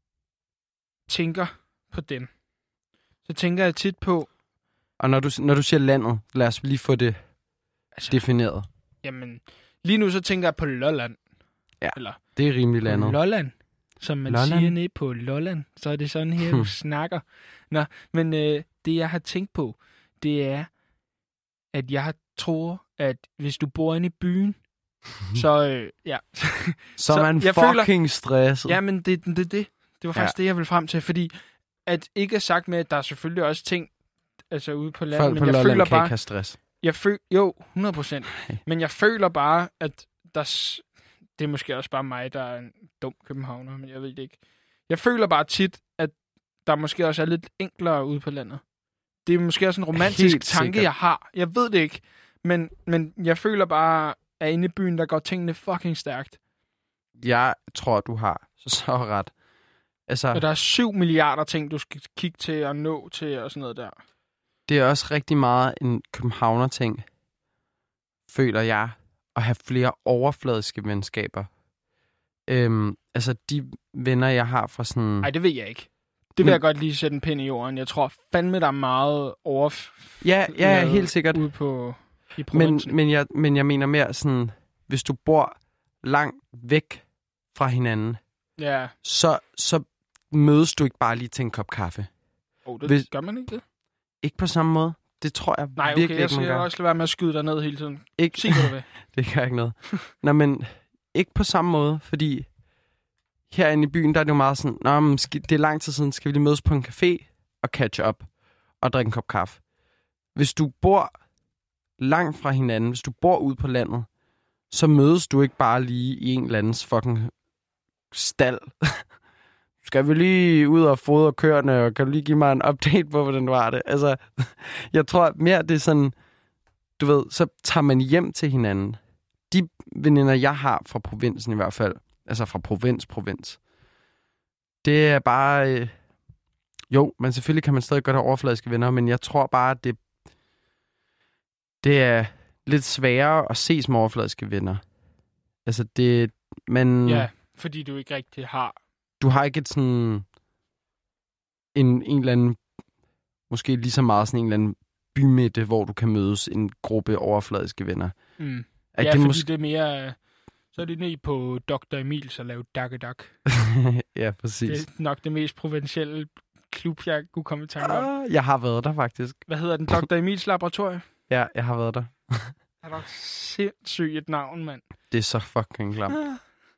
tænker på dem, så tænker jeg tit på... Og når du, når du siger landet, lad os lige få det altså, defineret. Jamen, lige nu så tænker jeg på Lolland. Ja, Eller, det er rimelig landet. Lolland, som man Lolland. siger nede på Lolland. Så er det sådan her, du snakker. Nå, men øh, det jeg har tænkt på, det er, at jeg tror, at hvis du bor inde i byen, så øh, ja. så er man jeg fucking føler, stresset. Jamen, det det, det. Det var faktisk ja. det, jeg ville frem til, fordi at ikke er sagt med, at der er selvfølgelig også ting, altså ude på landet, Folk men på jeg Lolland føler kan bare, ikke have stress. Jeg føler, jo, hundrede procent. Men jeg føler bare, at der, det er måske også bare mig, der er en dum københavner, men jeg ved det ikke. Jeg føler bare tit, at der måske også er lidt enklere ude på landet. Det er måske også en romantisk Helt tanke, sikkert. jeg har. Jeg ved det ikke, men, men jeg føler bare, at inde i byen, der går tingene fucking stærkt. Jeg tror, du har så, så ret. Altså, Og der er syv milliarder ting, du skal kigge til og nå til og sådan noget der. det er også rigtig meget en københavner-ting, føler jeg, at have flere overfladiske venskaber. Øhm, altså, de venner, jeg har fra sådan... Nej, det ved jeg ikke. Det vil Men- jeg godt lige sætte en pind i jorden. Jeg tror fandme, der er meget overf... Ja, ja, ja, helt sikkert. Ude på, i Men, provinsen. men, jeg, men jeg mener mere sådan, hvis du bor langt væk fra hinanden, Ja. så, så mødes du ikke bare lige til en kop kaffe. Oh, det Hvis- gør man ikke det? Ikke på samme måde. Det tror jeg Nej, virkelig okay, jeg ikke, man skal gør. også lade være med at skyde dig ned hele tiden. Ikke, Sig, hvad du vil. det gør ikke noget. Nå, men ikke på samme måde, fordi herinde i byen, der er det jo meget sådan, Nå, men skal, det er lang tid siden, skal vi lige mødes på en café og catch up og drikke en kop kaffe. Hvis du bor langt fra hinanden, hvis du bor ude på landet, så mødes du ikke bare lige i en eller andens fucking stald. Skal vi lige ud og fodre køerne, og kan du lige give mig en update på, hvordan var det? Altså, jeg tror mere, det er sådan, du ved, så tager man hjem til hinanden. De veninder, jeg har fra provinsen i hvert fald, altså fra provins, provins, det er bare, øh, jo, men selvfølgelig kan man stadig godt have overfladiske venner, men jeg tror bare, at det, det er lidt sværere at se som overfladiske venner. Altså, det, men... Ja, fordi du ikke rigtig har... Du har ikke et sådan en, en eller anden, måske lige så meget sådan en eller anden bymidte, hvor du kan mødes en gruppe overfladiske venner. Mm. Er Ja, det fordi måske... det er mere... øh, Så er det ned på doktor Emils og lave dak-dak. Ja, præcis. Det er nok det mest provincielle klub, jeg kunne komme i tanke om. Ah, jeg har været der faktisk. Hvad hedder den? doktor Emils laboratorie? Ja, jeg har været der. Er der sindssygt et navn, mand. Det er så fucking klamt.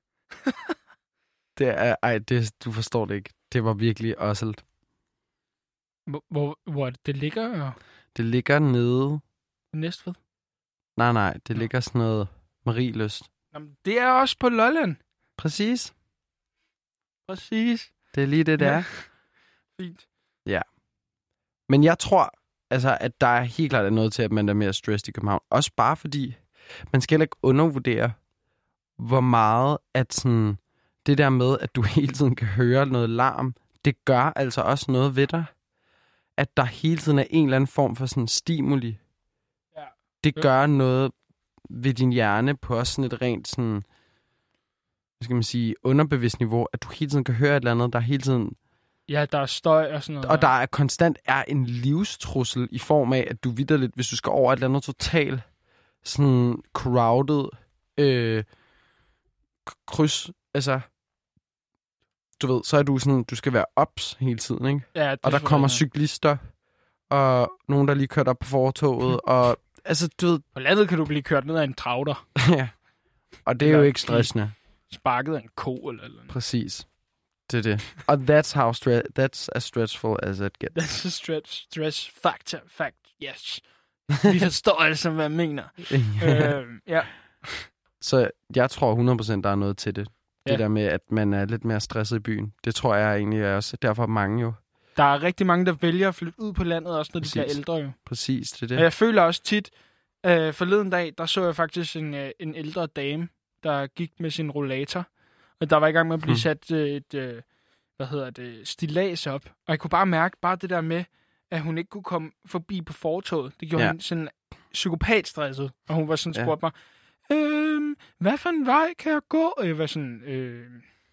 Det er, ej, det, du forstår det ikke. Det var virkelig osselt. Hvor, hvor, hvor det ligger Det ligger nede... i Næstved? Nej, nej, det Nå. ligger sådan noget Marielyst. Jamen, det er også på Lolland. Præcis. Præcis. Det er lige det, det Ja. er. Fint. Men jeg tror, altså, at der er helt klart noget til, at man er mere stressed i København. Også bare fordi, man skal heller ikke undervurdere, hvor meget at sådan, det der med, at du hele tiden kan høre noget larm, det gør altså også noget ved dig. At der hele tiden er en eller anden form for sådan stimuli. Ja. Det Ja. gør noget ved din hjerne på også sådan et rent sådan, hvad skal man sige, underbevidst niveau, at du hele tiden kan høre et eller andet, der hele tiden... Ja, der er støj og sådan noget. Og der er konstant er en livstrussel i form af, at du vitterligt, hvis du skal over et eller andet totalt sådan crowded øh, k- kryds, altså, du ved, så er du sådan, du skal være ops hele tiden, ikke? Ja, det Og der tror kommer jeg. cyklister, og nogen, der lige kørt op på fortoget, og altså, du ved, På landet kan du blive kørt ned af en travter. ja. Og det er Eller jo ikke blive- stressende. Sparket af en ko eller eller noget. Præcis. Det er det. Og that's how stre- that's as stressful as it gets. That's a stress, stress factor. Fact, yes. Vi forstår altså, hvad jeg mener. øh, ja. Så jeg tror hundrede procent, der er noget til det. Det Ja. der med, at man er lidt mere stresset i byen. Det tror jeg egentlig er også. Derfor er mange jo. Der er rigtig mange, der vælger at flytte ud på landet, også når de Præcis. bliver ældre jo. Præcis, det er Og det. jeg føler også tit, øh, forleden dag, der så jeg faktisk en, øh, en ældre dame, der gik med sin rollator. Og der var i gang med at blive Hmm. sat øh, et, øh, hvad hedder det, stillads op. Og jeg kunne bare mærke, bare det der med, at hun ikke kunne komme forbi på fortovet. Det gjorde Ja. ja. hende sådan psykopatstresset. Og hun var sådan Ja. spurgte mig, øhm, hvad for en vej kan jeg gå? Og jeg var sådan, øh,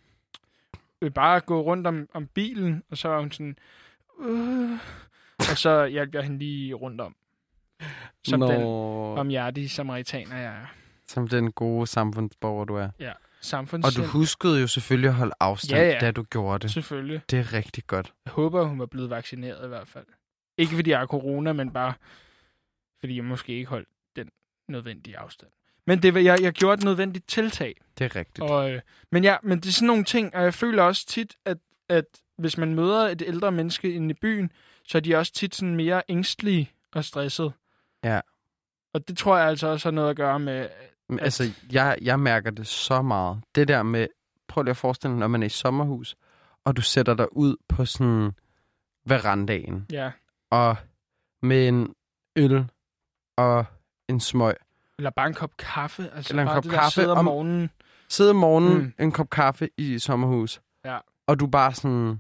øh, bare gå rundt om, om bilen. Og så var hun sådan, øh, og så hjalp jeg hende lige rundt om. Som Nå, den barmhjertige samaritaner, jeg er. som den gode samfundsborger, du er. Og Samfundssind. du huskede jo selvfølgelig at holde afstand, Ja, ja. da du gjorde det. Selvfølgelig. Det er rigtig godt. Jeg håber, hun var blevet vaccineret i hvert fald. Ikke fordi jeg har corona, men bare fordi jeg måske ikke holdt den nødvendige afstand. Men det var, jeg, jeg gjorde et nødvendigt tiltag. Det er rigtigt. Og, øh, men ja, men det er sådan nogle ting, og jeg føler også tit, at, at hvis man møder et ældre menneske inde i byen, så er de også tit sådan mere ængstelige og stresset. Ja. Og det tror jeg altså også har noget at gøre med... Men, at- altså, jeg, jeg mærker det så meget. Det der med, prøv lige at forestille dig, når man er i sommerhus, og du sætter dig ud på sådan verandaen, Ja, og med en øl og en smøg. eller bare en kop kaffe. Altså Eller en bare kop det der kaffe sidde om om- morgenen. Sidde om morgenen, mm. Mm. en kop kaffe i sommerhus. Ja. Og du bare sådan,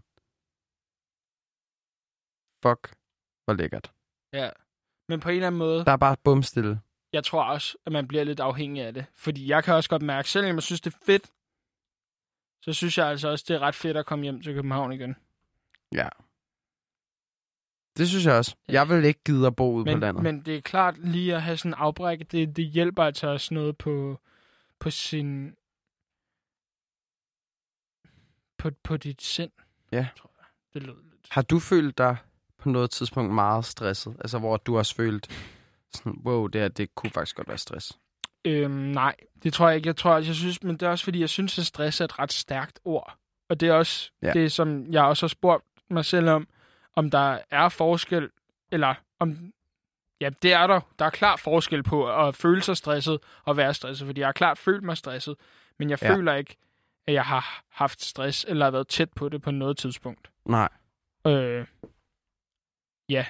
fuck, hvor lækkert. Ja. Men på en eller anden måde... Der er bare bumstille. Jeg tror også, at man bliver lidt afhængig af det. Fordi jeg kan også godt mærke, selvom jeg synes, det er fedt, så synes jeg altså også, det er ret fedt at komme hjem til København igen. Ja. Det synes jeg også. Ja. Jeg vil ikke gide at bo ude på Men, landet. men det er klart lige at have sådan en afbræk, det, det hjælper altså også noget på, på sin... På, på dit sind, Ja. tror jeg. Det lød lidt. Har du følt dig på noget tidspunkt meget stresset? Altså, hvor du også følt sådan, wow, det her, det kunne faktisk godt være stress. Øhm, nej, det tror jeg ikke. Jeg tror, jeg synes, men det er også fordi, jeg synes, at stress er et ret stærkt ord. Og det er også Ja. ja. det, som jeg også har spurgt mig selv om, om der er forskel, eller om... Ja, det er der. Der er klart forskel på at føle sig stresset og være stresset, fordi jeg har klart følt mig stresset, men jeg Ja. ja. føler ikke, at jeg har haft stress, eller har været tæt på det på noget tidspunkt. Nej. Øh, ja.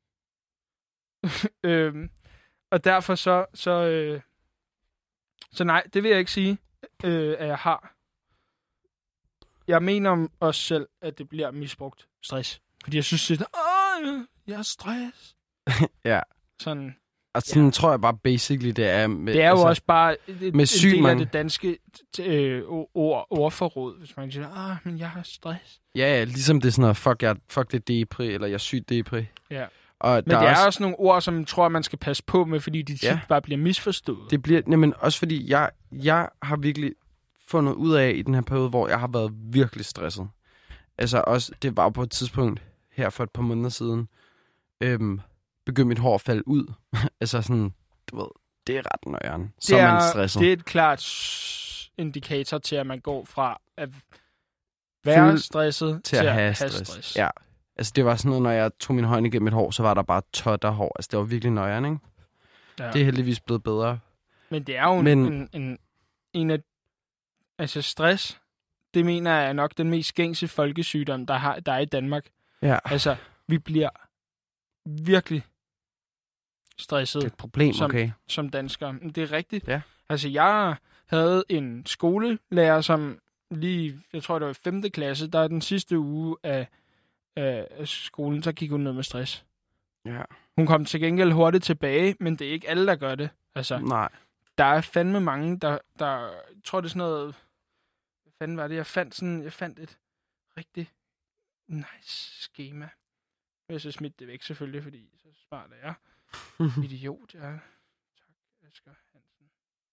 øhm, og derfor så, så, øh, så nej, det vil jeg ikke sige, øh, at jeg har. Jeg mener om os selv, at det bliver misbrugt stress. Fordi jeg synes, at åh, jeg er stress. Ja. Sådan. Og sådan ja. tror jeg bare basically, det er. Med, Det er jo altså, også bare et, med en syg del af mange- det danske øh, ord, ordforråd, hvis man siger, ah, men jeg har stress. Ja, ja, ligesom det er sådan noget, fuck, jeg, fuck det er depri, eller jeg er syg depri. Ja. Og Men der det er også, også nogle ord, som jeg tror, man skal passe på med, fordi de tit Ja. bare bliver misforstået. det bliver, jamen, også fordi, jeg, jeg har virkelig fundet ud af i den her periode, hvor jeg har været virkelig stresset. Altså også, det var på et tidspunkt her for et par måneder siden, øhm, begyndte mit hår at falde ud. altså sådan, du ved, det er ret nøjeren. Så det er er, man stresset. det er et klart s- indikator til, at man går fra at være Føle stresset til at have stress. stress. Ja. Altså det var sådan noget, når jeg tog min hånd igennem mit hår, så var der bare totter hår. Altså det var virkelig nøjeren, ikke? Ja. Det er heldigvis blevet bedre. Men det er jo Men- en, en, en, en af... Altså stress, det mener jeg er nok den mest gængse folkesygdom, der, har, der er i Danmark. Ja, Altså, vi bliver virkelig stresset. det er et problem, som- okay. som danskere. Men det er rigtigt. Ja. Altså, jeg havde en skolelærer, som lige, jeg tror, det var i femte klasse, der er den sidste uge af, af skolen, så gik hun ned med stress. Ja. Hun kom til gengæld hurtigt tilbage, men det er ikke alle, der gør det. Altså, Nej. der er fandme mange, der, der jeg tror, det er sådan noget, hvad fanden var det? Jeg fandt sådan, jeg fandt et rigtig nice schema. Nu vil jeg så smidt det væk selvfølgelig, fordi så smart er jeg. Idiot, ja. Tak, Asger Hansen.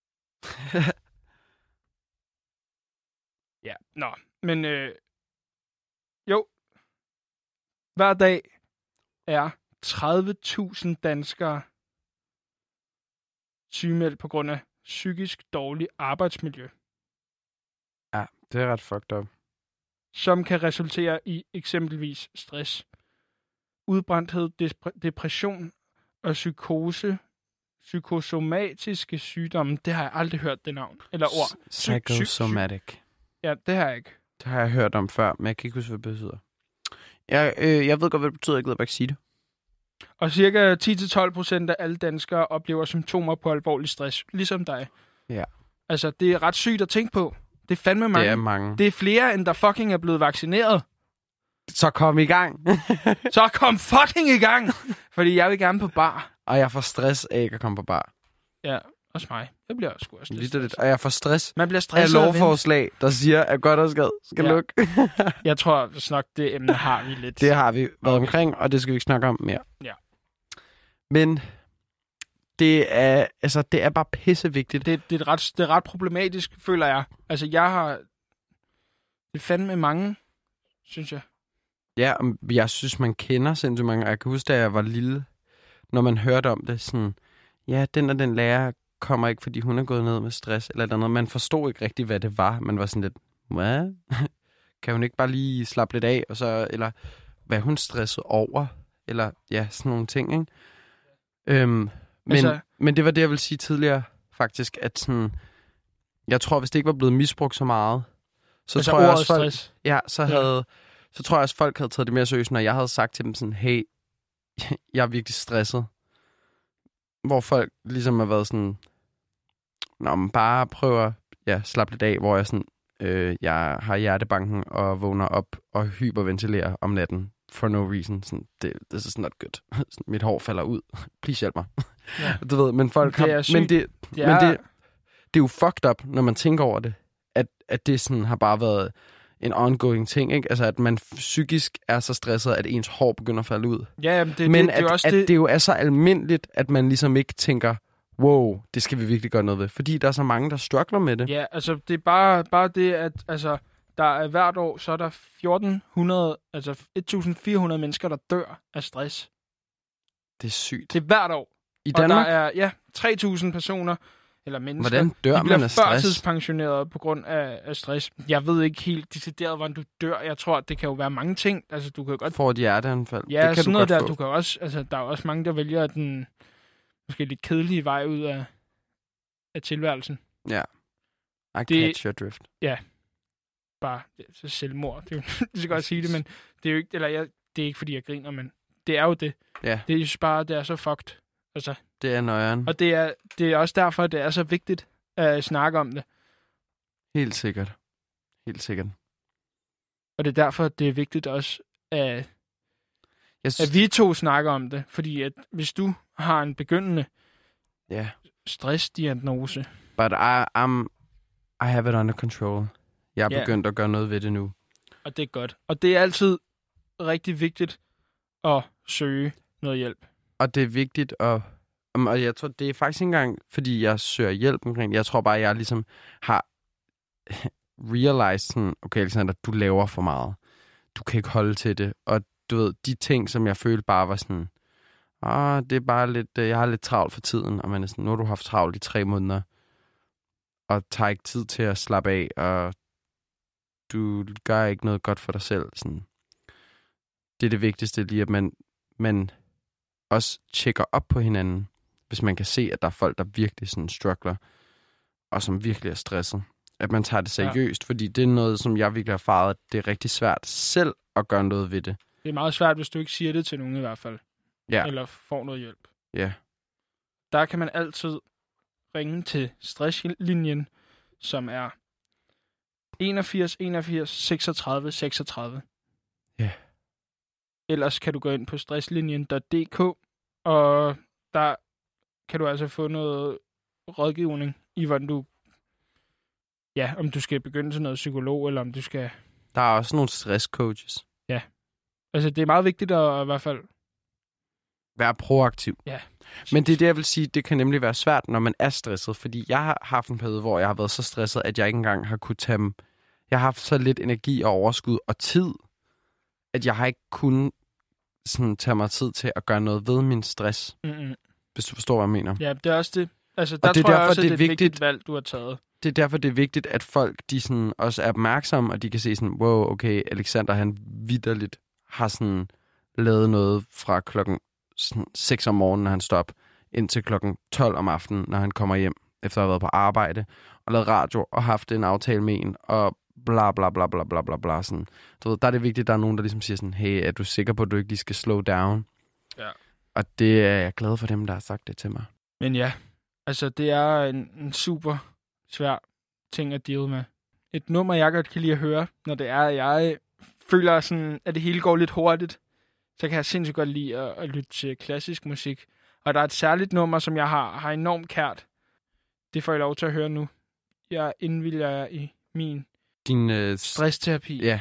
Ja, nå. Men øh, jo, hver dag er tredive tusind danskere sygemeldt på grund af psykisk dårlig arbejdsmiljø, Ja, det er ret fucked up. som kan resultere i eksempelvis stress, udbrændthed, depre- depression og psykose, psykosomatiske sygdomme. Det har jeg aldrig hørt, det navn. Eller ord. Psy- psy- Psychosomatic. Ja, det har jeg ikke. Det har jeg hørt om før, men jeg kan ikke huske, hvad det betyder. Jeg, øh, jeg ved godt, hvad det betyder. Jeg gider bare ikke sige det. Og cirka ti til tolv procent af alle danskere oplever symptomer på alvorlig stress, ligesom dig. Ja. Altså, det er ret sygt at tænke på. Det er fandme mange. Det er mange. Det er flere, end der fucking er blevet vaccineret. Så kom i gang. Så kom fucking i gang! Fordi jeg vil gerne på bar. Og jeg får stress af ikke at komme på bar. Ja, også mig. Jeg bliver sgu også lidt Lidt. Og jeg får stress Man bliver af stresset af at vente. lovforslag, der siger, at godt og skad skal Ja. lukke. Jeg tror nok, det emne har vi lidt. Det har vi været omkring, og det skal vi ikke snakke om mere. Ja. Men det er, altså, det er bare pissevigtigt. Det, det, er ret, det er ret problematisk, føler jeg. Altså, jeg har... Det er fandme mange, synes jeg. Ja, og jeg synes, man kender sindssygt mange. Jeg kan huske, da jeg var lille, når man hørte om det, sådan, ja, den og den lærer kommer ikke, fordi hun er gået ned med stress, eller noget. Man forstod ikke rigtigt, hvad det var. Man var sådan lidt, hvad? Kan hun ikke bare lige slappe lidt af, og så, eller hvad er hun stresset over? Eller, ja, sådan nogle ting, ikke? Øhm, men, Altså- men det var det, jeg ville sige tidligere, faktisk, at sådan, jeg tror, hvis det ikke var blevet misbrugt så meget, så Altså, tror jeg ordet også, folk, stress. ja, så havde, så tror jeg også, folk havde taget det mere seriøst, når jeg havde sagt til dem sådan, hey, jeg er virkelig stresset. Hvor folk ligesom har været sådan, nå, men bare prøv at ja, slappe lidt af, hvor jeg sådan, øh, jeg har hjertebanken og vågner op og hyperventilerer om natten for no reason. Sådan, det, det er sådan not good. Mit hår falder ud. Please hjælp mig. Ja. Du ved, men folk Det er har, sygt. men det, Det er, men det, det er jo fucked up, når man tænker over det, at, at det sådan har bare været en ongoing ting, ikke? Altså, at man psykisk er så stresset, at ens hår begynder at falde ud. ja, jamen, det, Men det, det, det at, er også at det. det jo er så almindeligt, at man ligesom ikke tænker, wow, det skal vi virkelig gøre noget ved. Fordi der er så mange, der struggler med det. Ja, altså, det er bare, bare det, at altså, der er hvert år, så er der fjorten hundrede, altså fjorten hundrede mennesker, der dør af stress. Det er sygt. Det er hvert år. I Og der Danmark, er, ja, tre tusind personer, eller mennesker, hvordan dør de bliver man af stress? førtidspensioneret på grund af, af stress. Jeg ved ikke helt decideret, hvordan du dør. Jeg tror, det kan jo være mange ting. Altså, du kan jo godt... Får et hjerteanfald. Ja, det kan sådan du noget godt der. få. Du kan jo også... Altså, der er også mange, der vælger den måske lidt kedelige vej ud af, af tilværelsen. I det- catch your drift. Bare ja, så selvmord. Det er jo, det skal godt sige det, men det er jo ikke... Eller jeg, det er ikke, fordi jeg griner, men det er jo det. Ja. Det er jo bare, det er så fucked. Altså, Det er nøjeren. og det er, det er også derfor, at det er så vigtigt at snakke om det. Helt sikkert. Helt sikkert. Og det er derfor, at det er vigtigt også, at, Jeg synes, at vi to snakker om det. Fordi at hvis du har en begyndende ja. stressdiagnose, But I, I'm, I have it under control. Jeg er Ja. begyndt at gøre noget ved det nu. og det er godt. Og det er altid rigtig vigtigt at søge noget hjælp. Og det er vigtigt at... um, Og jeg tror, det er faktisk ikke engang, fordi jeg søger hjælp omkring det. Jeg tror bare, jeg ligesom har realized sådan, okay, Alexander, du laver for meget. Du kan ikke holde til det. Og du ved, de ting, som jeg følte bare var sådan, ah, det er bare lidt, øh, jeg har lidt travlt for tiden. Og man er sådan, nu har du haft travlt i tre måneder. Og tager ikke tid til at slappe af, og du gør ikke noget godt for dig selv. Sådan. Det er det vigtigste lige, at man, man også tjekker op på hinanden, hvis man kan se, at der er folk, der virkelig sådan struggler, og som virkelig er stresset. At man tager det seriøst, ja. Fordi det er noget, som jeg virkelig har erfaret, at det er rigtig svært selv at gøre noget ved det. Det er meget svært, hvis du ikke siger det til nogen i hvert fald. Ja. Eller får noget hjælp. Ja. Der kan man altid ringe til stresslinjen, som er enogfirs enogfirs seksogtredive seksogtredive. Ja. Ellers kan du gå ind på stresslinjen punktum d k, og der kan du altså få noget rådgivning i, hvordan du, ja, om du skal begynde til noget psykolog, eller om du skal... Der er også nogle stresscoaches. Altså, det er meget vigtigt at i hvert fald... Vær proaktiv. Ja. Men det er det, jeg vil sige, det kan nemlig være svært, når man er stresset. Fordi jeg har haft en periode, hvor jeg har været så stresset, at jeg ikke engang har kunne tage dem. Jeg har haft så lidt energi og overskud og tid, at jeg har ikke kunnet sådan, tage mig tid til at gøre noget ved min stress. Mm-hmm. Hvis du forstår, hvad jeg mener. Ja, det er også det. Altså, der og det er tror derfor, jeg også, det er at det er et vigtigt, vigtigt valg, du har taget. Det er derfor, det er vigtigt, at folk de sådan, også er opmærksomme, og de kan se sådan, wow, okay, Alexander, han vitterligt har sådan lavet noget fra klokken seks om morgenen, når han står op, indtil klokken tolv om aftenen, når han kommer hjem, efter at have været på arbejde, og lavet radio, og haft en aftale med en, og bla bla bla bla bla bla bla. Sådan. Du ved, der er det vigtigt, at der er nogen, der ligesom siger sådan, hey, er du sikker på, at du ikke lige skal slow down? Ja. Og det er jeg glad for dem, der har sagt det til mig. Men ja, altså det er en, en super svær ting at deal med. Et nummer, jeg godt kan lide at høre, når det er, at jeg føler sådan, at det hele går lidt hurtigt, så kan jeg sindssygt godt lide at, at lytte til klassisk musik. Og der er et særligt nummer, som jeg har, har enormt kært. Det får jeg lov til at høre nu. Jeg indvilger jer i min Din øh, stressterapi. Ja.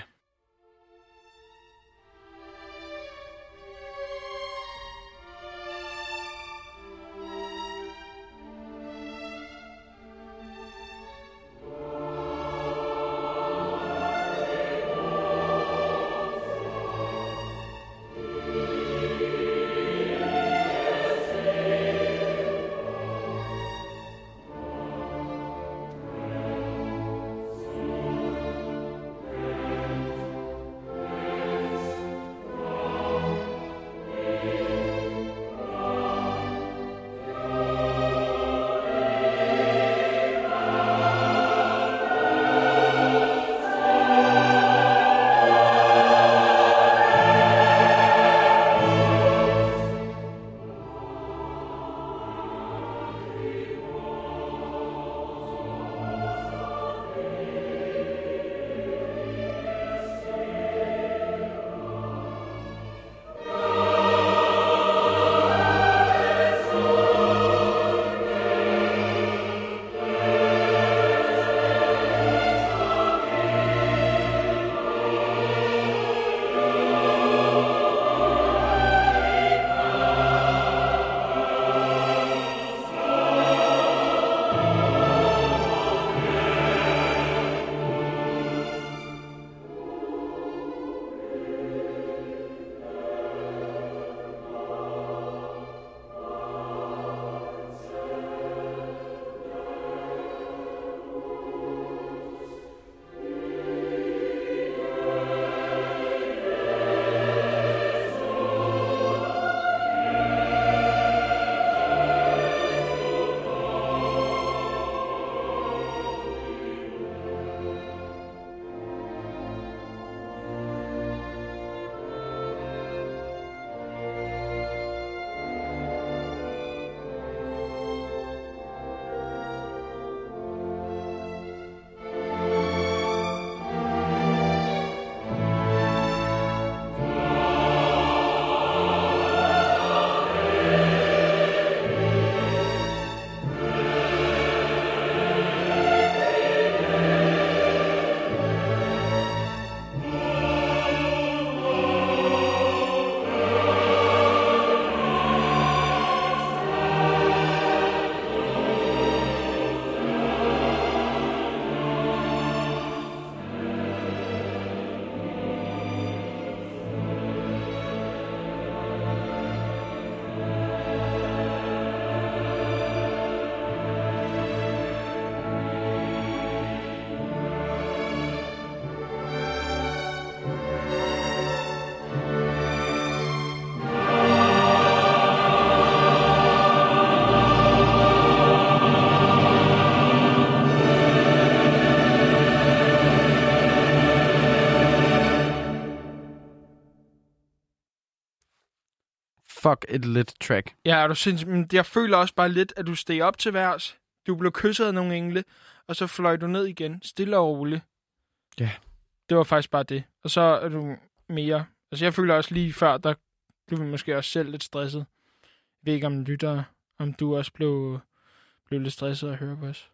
Fuck et lit track. Ja, er du sindssygt, men jeg føler også bare lidt, at du steg op til værs. Du blev kysset af nogle engle, og så fløj du ned igen, stille og roligt. Ja. Det var faktisk bare det. Og så er du mere... Altså, jeg føler også lige før, der blev vi måske også selv lidt stresset. Jeg ved ikke, om lytter, om du også blev, blev lidt stresset at høre på os.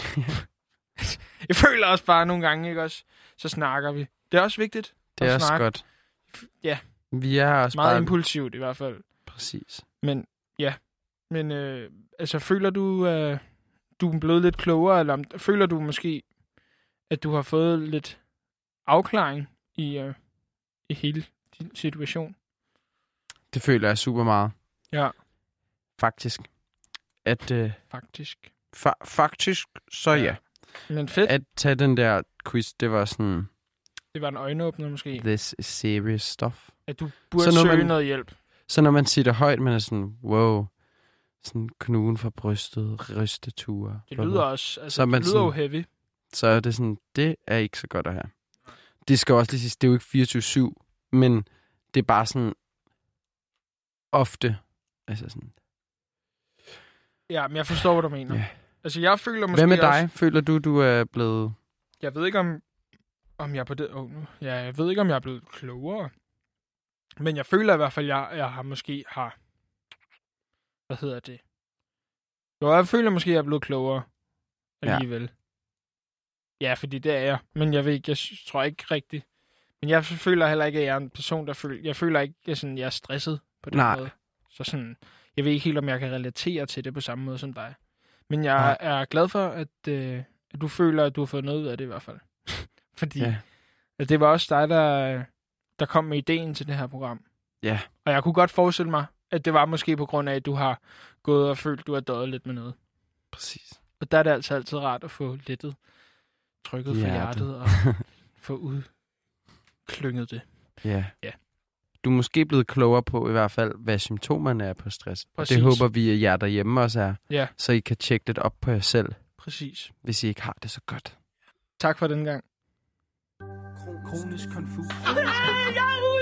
Jeg føler også bare nogle gange, ikke også? Så snakker vi. Det er også vigtigt. Det er også snakke. godt. Ja. Vi er også meget bare... impulsivt i hvert fald. Præcis. Men ja. Men øh, altså, føler du, øh, du er blevet lidt klogere, eller om- føler du måske, at du har fået lidt afklaring i, øh, i hele din situation? Det føler jeg super meget, Ja, faktisk. At, øh, faktisk. fa- faktisk, så ja. Ja. Men fedt. At tage den der quiz, det var sådan, Det var en øjenåbner måske. this is serious stuff. At du burde Så når søge man- noget hjælp. Så når man siger det højt, man er sådan, wow, sådan knugen fra brystet, rysteture. Det lyder også, altså, Så er man det lyder jo sådan- heavy. Så er det sådan, det er ikke så godt at have. Det skal også lige sige, det er jo ikke fireogtyve syv, men det er bare sådan ofte, altså sådan. Ja, men jeg forstår, hvad du mener. Ja. Altså, jeg føler måske Hvad med dig? også... Føler du, du er blevet... Jeg ved ikke, om, om jeg er på det... Oh, nu. Ja, jeg ved ikke, om jeg er blevet klogere. Men jeg føler i hvert fald, at jeg, jeg har måske har... Hvad hedder det? Jo, jeg føler måske, at jeg er blevet klogere alligevel. Ja, ja, fordi det er jeg. Men jeg ved ikke, jeg sy- tror ikke rigtigt. Men jeg føler heller ikke, at jeg er en person, der føler... Jeg føler ikke, at jeg, sådan, jeg er stresset på den Nej. måde. Så sådan... Jeg ved ikke helt, om jeg kan relatere til det på samme måde som dig. Men jeg Nej. er glad for, at, øh, at du føler, at du har fået noget ud af det i hvert fald. Fordi Ja. at det var også dig, der, der kom med ideen til det her program. Ja. Og jeg kunne godt forestille mig, at det var måske på grund af, at du har gået og følt, at du har døjet lidt med noget. Præcis. Og der er det altså altid rart at få lettet trykket for Hjertet. hjertet og få udklynget det. Ja. Ja. Du er måske blevet klogere på i hvert fald, hvad symptomerne er på stress. Og Præcis. det håber vi, at jer derhjemme også er. Ja. Så I kan tjekke lidt op på jer selv, Præcis. hvis I ikke har det så godt. Tak for den gang. Kronisk konfus. Yahoo!